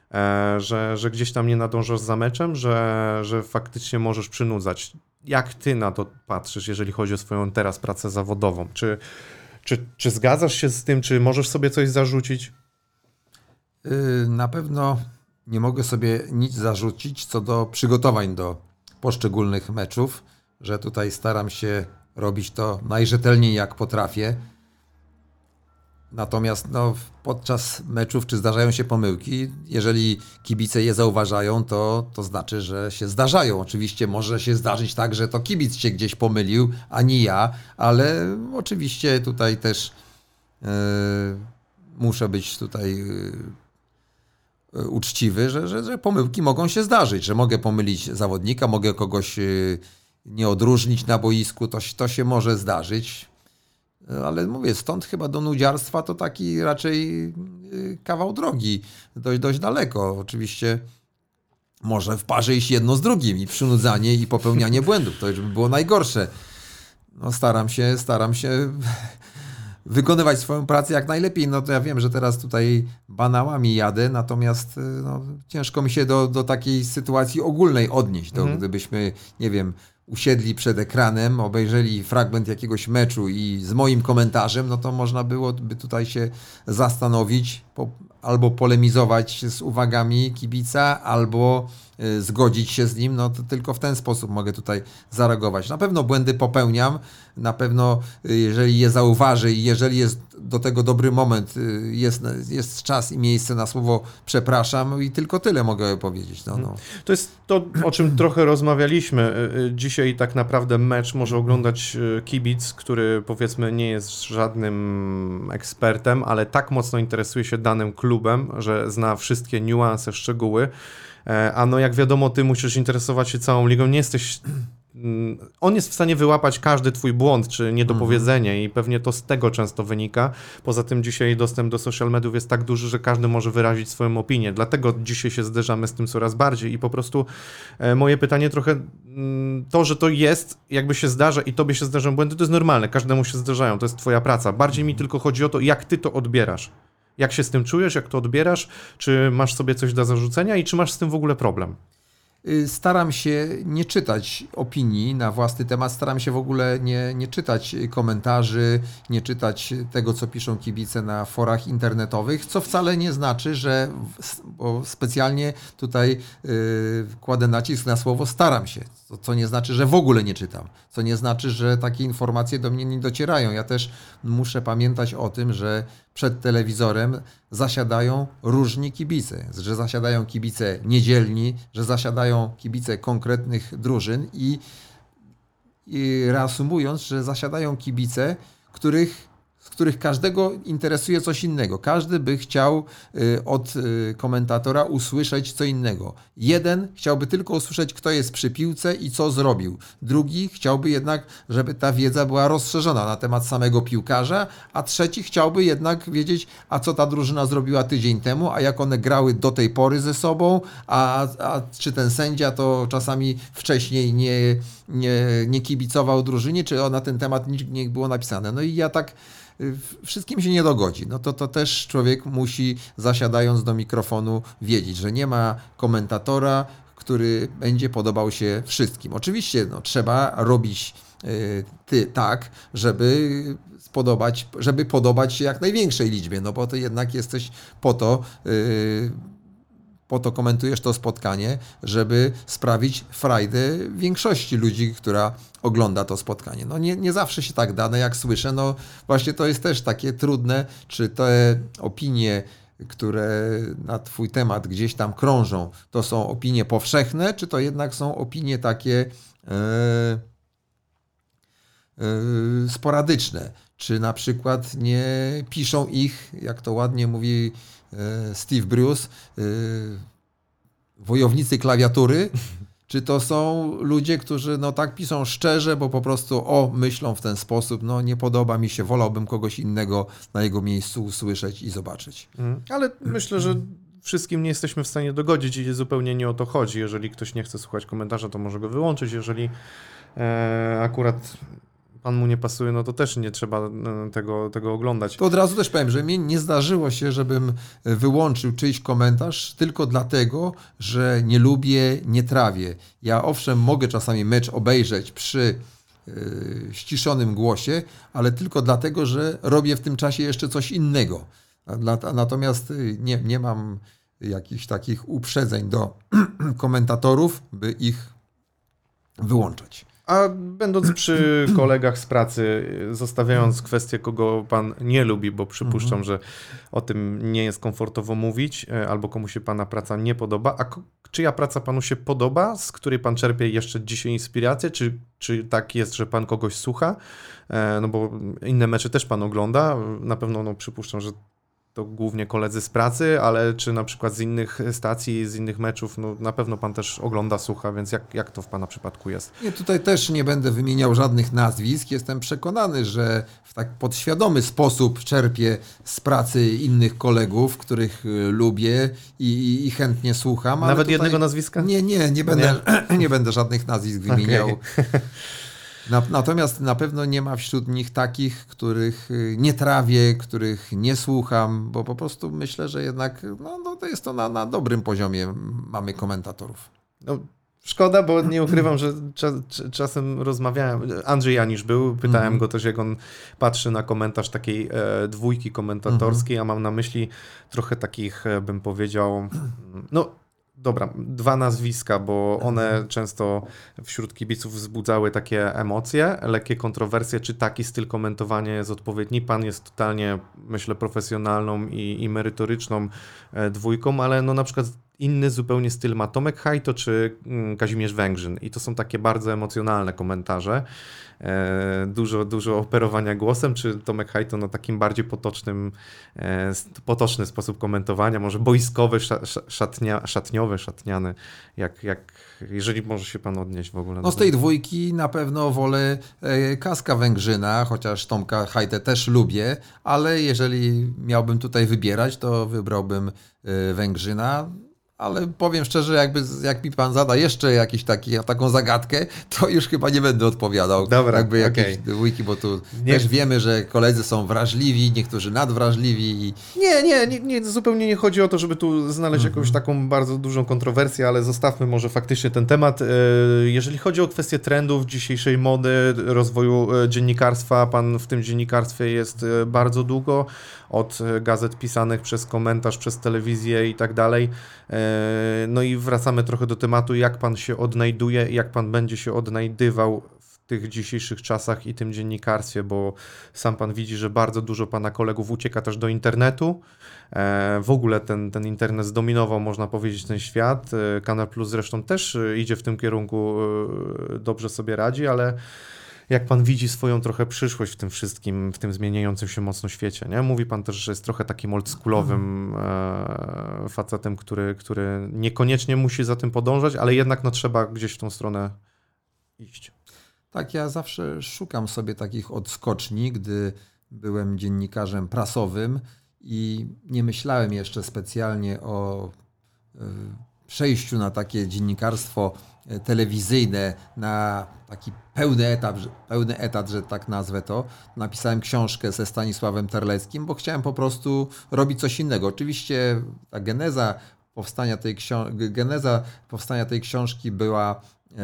że gdzieś tam nie nadążasz za meczem, że faktycznie możesz przynudzać. Jak ty na to patrzysz, jeżeli chodzi o swoją teraz pracę zawodową? Czy zgadzasz się z tym, czy możesz sobie coś zarzucić? Na pewno nie mogę sobie nic zarzucić co do przygotowań do poszczególnych meczów, że tutaj staram się robić to najrzetelniej jak potrafię. Natomiast podczas meczów, czy zdarzają się pomyłki, jeżeli kibice je zauważają, to znaczy, że się zdarzają. Oczywiście może się zdarzyć tak, że to kibic się gdzieś pomylił, a nie ja, ale oczywiście tutaj też muszę być tutaj uczciwy, że pomyłki mogą się zdarzyć, że mogę pomylić zawodnika, mogę kogoś nie odróżnić na boisku, to się może zdarzyć. Ale mówię, stąd chyba do nudziarstwa to taki raczej kawał drogi, dość daleko. Oczywiście może w parze iść jedno z drugim i przynudzanie i popełnianie błędów, to już by było najgorsze. Staram się wykonywać swoją pracę jak najlepiej. To ja wiem, że teraz tutaj banałami jadę, natomiast ciężko mi się do takiej sytuacji ogólnej odnieść. Gdybyśmy, nie wiem, usiedli przed ekranem, obejrzeli fragment jakiegoś meczu i z moim komentarzem, to można byłoby tutaj się zastanowić, albo polemizować z uwagami kibica, albo zgodzić się z nim, to tylko w ten sposób mogę tutaj zareagować. Na pewno błędy popełniam, na pewno jeżeli je zauważę i jeżeli jest do tego dobry moment, jest czas i miejsce na słowo przepraszam i tylko tyle mogę powiedzieć. To jest to, o czym trochę rozmawialiśmy. Dzisiaj tak naprawdę mecz może oglądać kibic, który powiedzmy nie jest żadnym ekspertem, ale tak mocno interesuje się danym klubem, że zna wszystkie niuanse, szczegóły. A jak wiadomo, ty musisz interesować się całą ligą, nie jesteś... On jest w stanie wyłapać każdy twój błąd, czy niedopowiedzenie i pewnie to z tego często wynika. Poza tym dzisiaj dostęp do social mediów jest tak duży, że każdy może wyrazić swoją opinię. Dlatego dzisiaj się zderzamy z tym coraz bardziej i po prostu moje pytanie trochę to, że to jest, jakby się zdarza i tobie się zdarzą błędy, to jest normalne, każdemu się zdarzają, to jest twoja praca. Bardziej mi tylko chodzi o to, jak ty to odbierasz. Jak się z tym czujesz, jak to odbierasz, czy masz sobie coś do zarzucenia i czy masz z tym w ogóle problem? Staram się nie czytać opinii na własny temat, staram się w ogóle nie czytać komentarzy, nie czytać tego, co piszą kibice na forach internetowych, co wcale nie znaczy, że bo specjalnie tutaj kładę nacisk na słowo staram się, co nie znaczy, że w ogóle nie czytam, co nie znaczy, że takie informacje do mnie nie docierają. Ja też muszę pamiętać o tym, że przed telewizorem zasiadają różni kibice, że zasiadają kibice niedzielni, że zasiadają kibice konkretnych drużyn i reasumując, że zasiadają kibice, z których każdego interesuje coś innego. Każdy by chciał od komentatora usłyszeć co innego. Jeden chciałby tylko usłyszeć, kto jest przy piłce i co zrobił. Drugi chciałby jednak, żeby ta wiedza była rozszerzona na temat samego piłkarza, a trzeci chciałby jednak wiedzieć, a co ta drużyna zrobiła tydzień temu, a jak one grały do tej pory ze sobą, a czy ten sędzia to czasami wcześniej nie kibicował drużynie, czy na ten temat nic nie było napisane. I ja tak wszystkim się nie dogodzi. To też człowiek musi, zasiadając do mikrofonu, wiedzieć, że nie ma komentatora, który będzie podobał się wszystkim. Oczywiście trzeba robić tak, żeby podobać się jak największej liczbie, bo ty jednak jesteś po to komentujesz to spotkanie, żeby sprawić frajdę większości ludzi, która ogląda to spotkanie. Nie zawsze się tak da, jak słyszę, właśnie to jest też takie trudne, czy te opinie, które na twój temat gdzieś tam krążą, to są opinie powszechne, czy to jednak są opinie takie sporadyczne, czy na przykład nie piszą ich, jak to ładnie mówi Steve Bruce, wojownicy klawiatury, czy to są ludzie, którzy tak piszą szczerze, bo po prostu myślą w ten sposób, nie podoba mi się, wolałbym kogoś innego na jego miejscu usłyszeć i zobaczyć. Ale myślę, że wszystkim nie jesteśmy w stanie dogodzić i zupełnie nie o to chodzi. Jeżeli ktoś nie chce słuchać komentarza, to może go wyłączyć. Jeżeli akurat pan mu nie pasuje, to też nie trzeba tego oglądać. To od razu też powiem, że mnie nie zdarzyło się, żebym wyłączył czyjś komentarz tylko dlatego, że nie lubię, nie trawię. Ja owszem mogę czasami mecz obejrzeć przy ściszonym głosie, ale tylko dlatego, że robię w tym czasie jeszcze coś innego. Natomiast nie mam jakichś takich uprzedzeń do komentatorów, by ich wyłączać. A będąc przy kolegach z pracy, zostawiając kwestię, kogo pan nie lubi, bo przypuszczam, że o tym nie jest komfortowo mówić, albo komu się pana praca nie podoba, a czyja praca panu się podoba, z której pan czerpie jeszcze dzisiaj inspirację, czy tak jest, że pan kogoś słucha, no bo inne mecze też pan ogląda, na pewno no, przypuszczam, że to głównie koledzy z pracy, ale czy na przykład z innych stacji, z innych meczów, no na pewno pan też ogląda, słucha, więc jak to w pana przypadku jest? Nie, tutaj też nie będę wymieniał żadnych nazwisk. Jestem przekonany, że w tak podświadomy sposób czerpię z pracy innych kolegów, których lubię i chętnie słucham. Nawet tutaj jednego nazwiska? Nie będę żadnych nazwisk wymieniał. Okay. Natomiast na pewno nie ma wśród nich takich, których nie trawię, których nie słucham, bo po prostu myślę, że jednak no to jest to na dobrym poziomie mamy komentatorów. No, szkoda, bo nie ukrywam, że czasem rozmawiałem, Andrzej Janisz był, pytałem go też, jak on patrzy na komentarz takiej dwójki komentatorskiej, a mam na myśli trochę takich, bym powiedział, no dobra, dwa nazwiska, bo one często wśród kibiców wzbudzały takie emocje, lekkie kontrowersje, czy taki styl komentowania jest odpowiedni. Pan jest totalnie, myślę, profesjonalną i merytoryczną dwójką, ale no na przykład inny zupełnie styl ma Tomek Hajto czy Kazimierz Węgrzyn i to są takie bardzo emocjonalne komentarze. Dużo operowania głosem, czy Tomek Hajto no takim bardziej potoczny sposób komentowania, może boiskowy, szatniany, jeżeli może się pan odnieść w ogóle. No z tej dwójki na pewno wolę Kaska Węgrzyna, chociaż Tomka Hajtę też lubię, ale jeżeli miałbym tutaj wybierać, to wybrałbym Węgrzyna. Ale powiem szczerze, jak mi pan zada jeszcze taką zagadkę, to już chyba nie będę odpowiadał. Dobra, jakieś dwójki, bo tu też wiemy, że koledzy są wrażliwi, niektórzy nadwrażliwi. Nie, zupełnie nie chodzi o to, żeby tu znaleźć jakąś taką bardzo dużą kontrowersję, ale zostawmy może faktycznie ten temat. Jeżeli chodzi o kwestię trendów, dzisiejszej mody, rozwoju dziennikarstwa, pan w tym dziennikarstwie jest bardzo długo, od gazet pisanych przez komentarz, przez telewizję i tak dalej. No i wracamy trochę do tematu, jak pan się odnajduje, jak pan będzie się odnajdywał w tych dzisiejszych czasach i tym dziennikarstwie, bo sam pan widzi, że bardzo dużo pana kolegów ucieka też do internetu. W ogóle ten internet zdominował, można powiedzieć, ten świat. Kanal Plus zresztą też idzie w tym kierunku, dobrze sobie radzi, ale jak pan widzi swoją trochę przyszłość w tym wszystkim, w tym zmieniającym się mocno świecie, nie? Mówi pan też, że jest trochę takim oldschoolowym facetem, który niekoniecznie musi za tym podążać, ale jednak no, trzeba gdzieś w tą stronę iść. Tak, ja zawsze szukam sobie takich odskoczni, gdy byłem dziennikarzem prasowym i nie myślałem jeszcze specjalnie o przejściu na takie dziennikarstwo telewizyjne, na taki pełny etat, że tak nazwę to. Napisałem książkę ze Stanisławem Terleckim, bo chciałem po prostu robić coś innego. Oczywiście ta geneza powstania tej książki była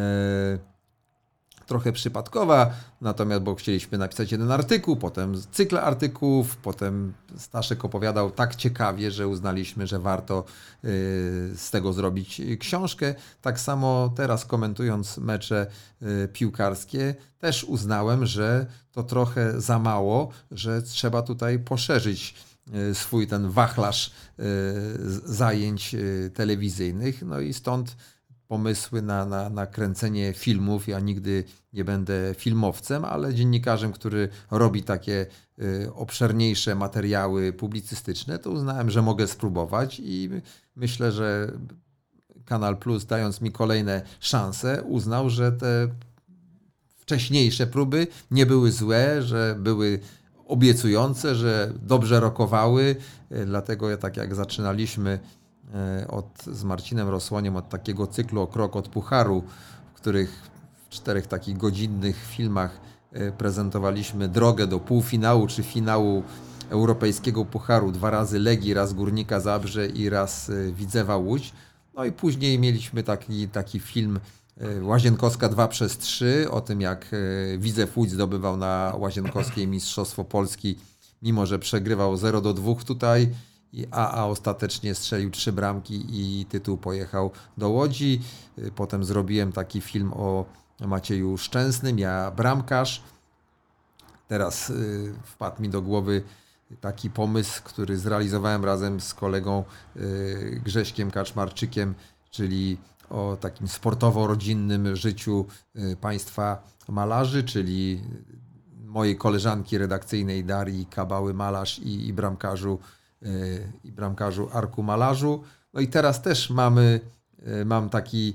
trochę przypadkowa, natomiast bo chcieliśmy napisać jeden artykuł, potem cykl artykułów, potem Staszek opowiadał tak ciekawie, że uznaliśmy, że warto z tego zrobić książkę. Tak samo teraz komentując mecze piłkarskie też uznałem, że to trochę za mało, że trzeba tutaj poszerzyć swój ten wachlarz zajęć telewizyjnych, no i stąd pomysły na kręcenie filmów. Ja nigdy nie będę filmowcem, ale dziennikarzem, który robi takie obszerniejsze materiały publicystyczne, to uznałem, że mogę spróbować i myślę, że Kanal Plus, dając mi kolejne szanse, uznał, że te wcześniejsze próby nie były złe, że były obiecujące, że dobrze rokowały. Dlatego tak jak zaczynaliśmy z Marcinem Rosłoniem od takiego cyklu o krok od pucharu, w których w 4 takich godzinnych filmach prezentowaliśmy drogę do półfinału czy finału Europejskiego Pucharu. 2 razy Legii, raz Górnika Zabrze i raz Widzewa Łódź. No i później mieliśmy taki film Łazienkowska 2/3 o tym, jak Widzew Łódź zdobywał na Łazienkowskiej Mistrzostwo Polski mimo że przegrywał 0-2 tutaj, a ostatecznie strzelił 3 bramki i tytuł pojechał do Łodzi. Potem zrobiłem taki film o Macieju Szczęsnym, ja bramkarz. Teraz wpadł mi do głowy taki pomysł, który zrealizowałem razem z kolegą Grześkiem Kaczmarczykiem, czyli o takim sportowo-rodzinnym życiu państwa malarzy, czyli mojej koleżanki redakcyjnej Darii Kabały-Malarz i bramkarzu Arku Malarzu. No i teraz też mam taki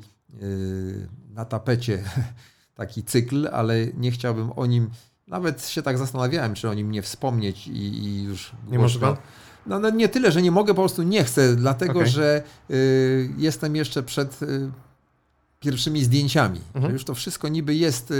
na tapecie taki cykl, ale nie chciałbym o nim, nawet się tak zastanawiałem, czy o nim nie wspomnieć i już... Nie może pan? No nie tyle, że nie mogę, po prostu nie chcę, dlatego że jestem jeszcze przed pierwszymi zdjęciami. Że już to wszystko niby jest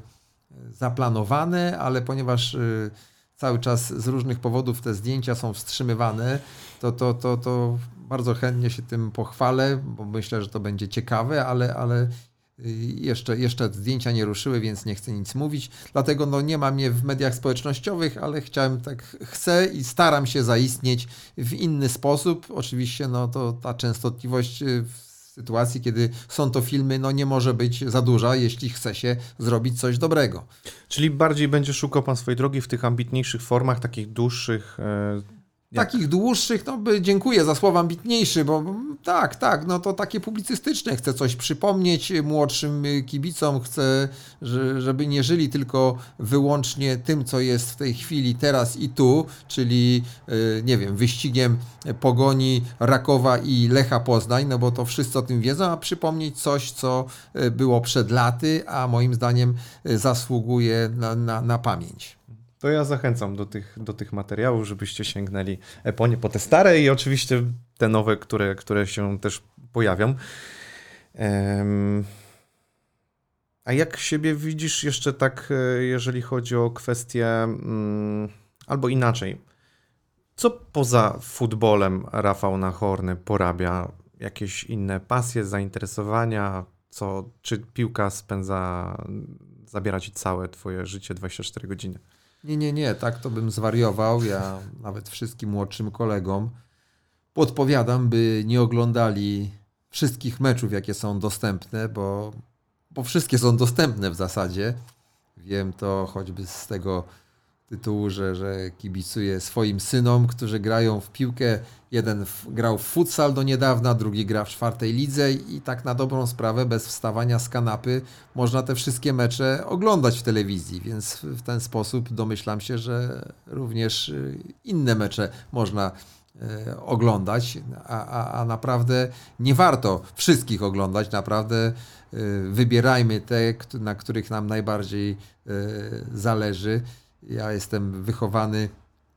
zaplanowane, ale ponieważ cały czas z różnych powodów te zdjęcia są wstrzymywane, to bardzo chętnie się tym pochwalę, bo myślę, że to będzie ciekawe, ale jeszcze zdjęcia nie ruszyły, więc nie chcę nic mówić. Dlatego nie ma mnie w mediach społecznościowych, ale chcę i staram się zaistnieć w inny sposób. Oczywiście to ta częstotliwość w sytuacji, kiedy są to filmy, nie może być za duża, jeśli chce się zrobić coś dobrego. Czyli bardziej będzie szukał pan swojej drogi w tych ambitniejszych formach, takich dłuższych... Takich dłuższych, dziękuję za słowa ambitniejszy, bo tak, to takie publicystyczne. Chcę coś przypomnieć młodszym kibicom, chcę, żeby nie żyli tylko wyłącznie tym, co jest w tej chwili, teraz i tu, czyli, nie wiem, wyścigiem Pogoni, Rakowa i Lecha Poznań, bo to wszyscy o tym wiedzą, a przypomnieć coś, co było przed laty, a moim zdaniem zasługuje na pamięć. To ja zachęcam do tych materiałów, żebyście sięgnęli po te stare i oczywiście te nowe, które się też pojawią. A jak siebie widzisz jeszcze tak, jeżeli chodzi o kwestie, albo inaczej, co poza futbolem Rafał Nachorny porabia? Jakieś inne pasje, zainteresowania? Czy piłka zabiera ci całe twoje życie 24 godziny? Nie, tak to bym zwariował. Ja nawet wszystkim młodszym kolegom podpowiadam, by nie oglądali wszystkich meczów, jakie są dostępne, bo wszystkie są dostępne w zasadzie. Wiem to choćby z tego tytułu, że kibicuję swoim synom, którzy grają w piłkę. Jeden grał w futsal do niedawna, drugi gra w 4. lidze i tak na dobrą sprawę, bez wstawania z kanapy, można te wszystkie mecze oglądać w telewizji, więc w ten sposób domyślam się, że również inne mecze można oglądać, a naprawdę nie warto wszystkich oglądać, naprawdę wybierajmy te, na których nam najbardziej zależy. Ja jestem wychowany,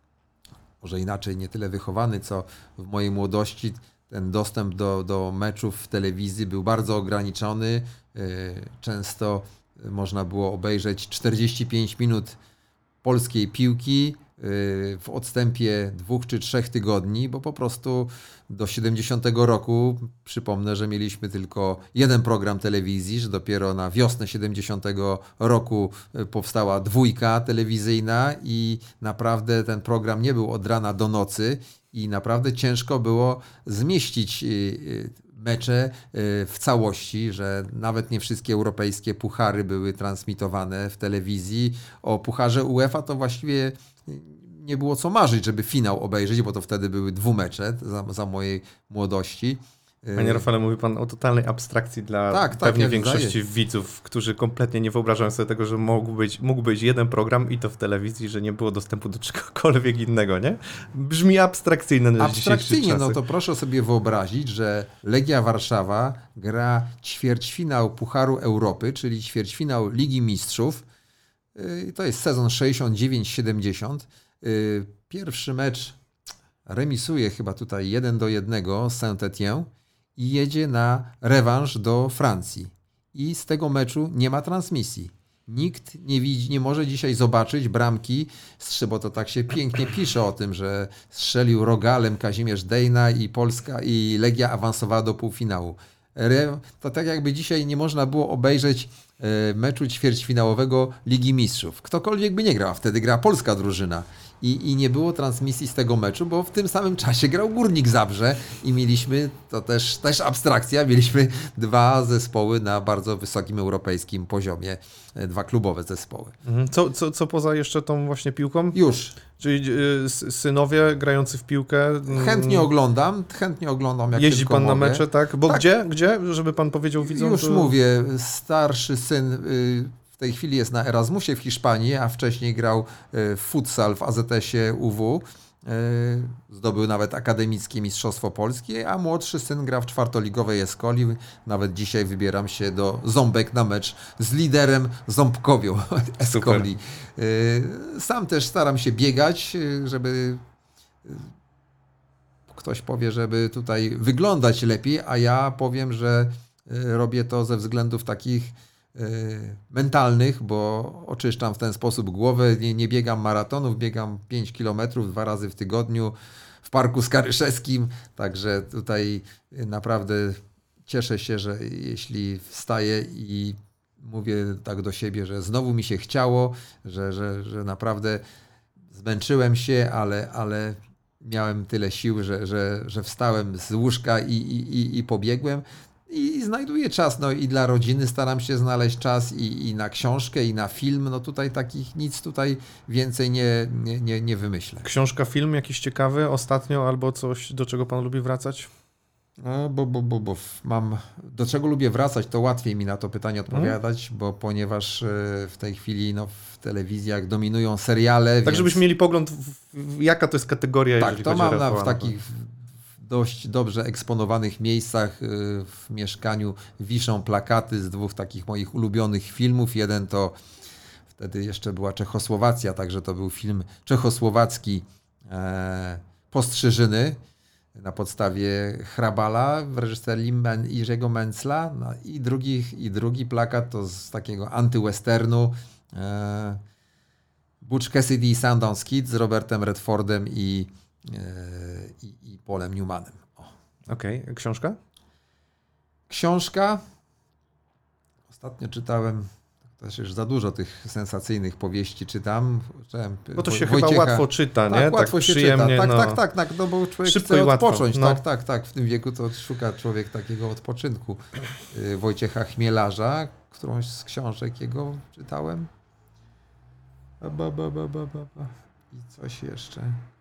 może inaczej, nie tyle wychowany, co w mojej młodości ten dostęp do meczów w telewizji był bardzo ograniczony. Często można było obejrzeć 45 minut polskiej piłki w odstępie 2 czy 3 tygodni, bo po prostu do 70 roku, przypomnę, że mieliśmy tylko jeden program telewizji, że dopiero na wiosnę 70 roku powstała 2 telewizyjna i naprawdę ten program nie był od rana do nocy i naprawdę ciężko było zmieścić mecze w całości, że nawet nie wszystkie europejskie puchary były transmitowane w telewizji. O pucharze UEFA to właściwie nie było co marzyć, żeby finał obejrzeć, bo to wtedy były 2 mecze za mojej młodości. Panie Rafale, mówi pan o totalnej abstrakcji dla pewnej większości widzów, którzy kompletnie nie wyobrażają sobie tego, że mógł być jeden program i to w telewizji, że nie było dostępu do czegokolwiek innego, nie? Brzmi abstrakcyjne na dzisiejsze czasy. To proszę sobie wyobrazić, że Legia Warszawa gra ćwierćfinał Pucharu Europy, czyli ćwierćfinał Ligi Mistrzów. To jest sezon 69-70. Pierwszy mecz remisuje chyba tutaj 1-1 z Saint-Étienne i jedzie na rewanż do Francji. I z tego meczu nie ma transmisji. Nikt nie może dzisiaj zobaczyć bramki, bo to tak się pięknie pisze o tym, że strzelił rogalem Kazimierz Dejna i Polska i Legia awansowała do półfinału. To tak jakby dzisiaj nie można było obejrzeć meczu ćwierćfinałowego Ligi Mistrzów. Ktokolwiek by nie grał, wtedy grała polska drużyna. I nie było transmisji z tego meczu, bo w tym samym czasie grał Górnik Zabrze i mieliśmy, to też abstrakcja, mieliśmy 2 zespoły na bardzo wysokim europejskim poziomie, 2 klubowe zespoły. Co poza jeszcze tą właśnie piłką? Już. Czyli synowie grający w piłkę? Chętnie oglądam jak jeździ tylko pan na mogę. mecze, tak? Bo tak. Gdzie? Żeby pan powiedział widzom? Już mówię, starszy syn w tej chwili jest na Erasmusie w Hiszpanii, a wcześniej grał w futsal w AZS-ie UW. Zdobył nawet akademickie mistrzostwo polskie, a młodszy syn gra w czwartoligowej Escoli. Nawet dzisiaj wybieram się do Ząbek na mecz z liderem ząbkowią Escoli. Sam też staram się biegać, żeby ktoś powie, żeby tutaj wyglądać lepiej, a ja powiem, że robię to ze względów takich mentalnych, bo oczyszczam w ten sposób głowę, nie biegam maratonów, biegam 5 kilometrów 2 razy w tygodniu w Parku Skaryszewskim, także tutaj naprawdę cieszę się, że jeśli wstaję i mówię tak do siebie, że znowu mi się chciało, że naprawdę zmęczyłem się, ale miałem tyle sił, że wstałem z łóżka i pobiegłem. I znajduję czas, no i dla rodziny staram się znaleźć czas i na książkę, i na film, no tutaj takich nic tutaj więcej nie wymyślę. Książka, film jakiś ciekawy ostatnio albo coś, do czego pan lubi wracać? No, bo mam, do czego lubię wracać, to łatwiej mi na to pytanie odpowiadać, bo ponieważ w tej chwili w telewizjach dominują seriale. Tak, więc... żebyśmy mieli pogląd, jaka to jest kategoria, tak, jeżeli to chodzi o mam Rafała. w takich dość dobrze eksponowanych miejscach w mieszkaniu wiszą plakaty z 2 takich moich ulubionych filmów. Jeden to wtedy jeszcze była Czechosłowacja, także to był film czechosłowacki Postrzyżyny na podstawie Hrabala w reżyserii Jerzego Mencla. No i drugi plakat to z takiego antywesternu Butch Cassidy i Sundance Kid z Robertem Redfordem i Paulem Newmanem. Okej. Książka? Książka. Ostatnio czytałem, też już za dużo tych sensacyjnych powieści czytam. Bo to się chyba łatwo czyta, nie? Tak, łatwo się czyta. Tak, no bo człowiek szybko chce i łatwo. odpocząć. No. Tak. W tym wieku to szuka człowiek takiego odpoczynku. Wojciecha Chmielarza, którąś z książek jego czytałem. I coś jeszcze.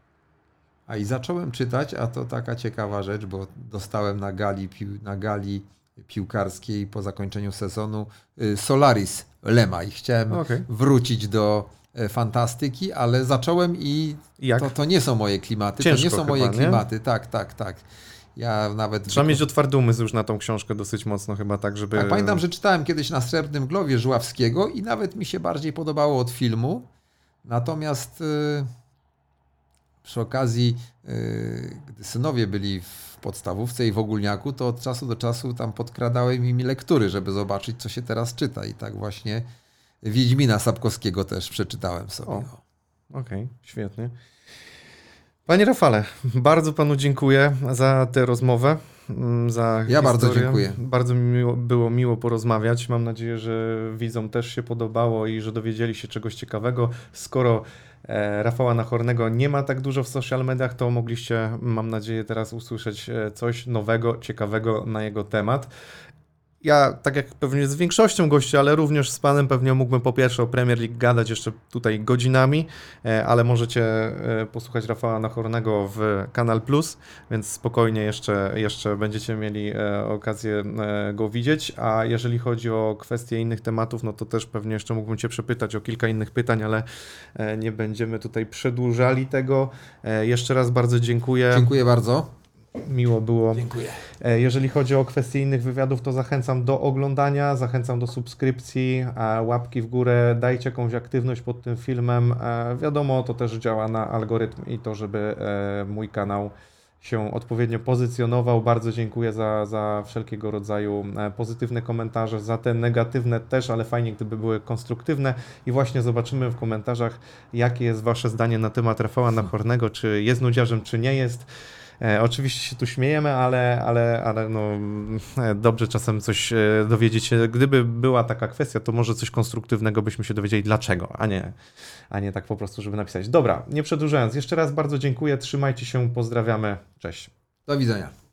I zacząłem czytać, a to taka ciekawa rzecz, bo dostałem na gali piłkarskiej po zakończeniu sezonu Solaris Lema i chciałem wrócić do fantastyki, ale zacząłem i to nie są moje klimaty. Ciężko to nie są chyba, moje klimaty. Nie? Tak. Ja nawet Trzeba mieć otwarty umysł już na tą książkę dosyć mocno chyba, tak żeby... Tak, pamiętam, że czytałem kiedyś na Srebrnym Glowie Żuławskiego i nawet mi się bardziej podobało od filmu. Natomiast przy okazji, gdy synowie byli w podstawówce i w ogólniaku, to od czasu do czasu tam podkradałem im lektury, żeby zobaczyć, co się teraz czyta. I tak właśnie Wiedźmina Sapkowskiego też przeczytałem sobie. Okej, świetnie. Panie Rafale, bardzo panu dziękuję za tę rozmowę, za historię. Bardzo dziękuję. Bardzo mi było miło porozmawiać. Mam nadzieję, że widzom też się podobało i że dowiedzieli się czegoś ciekawego. Skoro Rafała Nachornego nie ma tak dużo w social mediach, to mogliście, mam nadzieję, teraz usłyszeć coś nowego, ciekawego na jego temat. Ja, tak jak pewnie z większością gości, ale również z panem pewnie mógłbym po pierwsze o Premier League gadać jeszcze tutaj godzinami, ale możecie posłuchać Rafała Nachornego w Kanal Plus, więc spokojnie jeszcze będziecie mieli okazję go widzieć, a jeżeli chodzi o kwestie innych tematów, no to też pewnie jeszcze mógłbym cię przepytać o kilka innych pytań, ale nie będziemy tutaj przedłużali tego. Jeszcze raz bardzo dziękuję. Dziękuję bardzo. Miło było. Dziękuję. Jeżeli chodzi o kwestie innych wywiadów, to zachęcam do oglądania, zachęcam do subskrypcji, łapki w górę, dajcie jakąś aktywność pod tym filmem. Wiadomo, to też działa na algorytm i to, żeby mój kanał się odpowiednio pozycjonował. Bardzo dziękuję za wszelkiego rodzaju pozytywne komentarze, za te negatywne też, ale fajnie, gdyby były konstruktywne. I właśnie zobaczymy w komentarzach, jakie jest wasze zdanie na temat Rafała Nachornego, czy jest nudziarzem, czy nie jest. Oczywiście się tu śmiejemy, ale no, dobrze czasem coś dowiedzieć się. Gdyby była taka kwestia, to może coś konstruktywnego byśmy się dowiedzieli dlaczego, a nie tak po prostu, żeby napisać. Dobra, nie przedłużając, jeszcze raz bardzo dziękuję, trzymajcie się, pozdrawiamy, cześć. Do widzenia.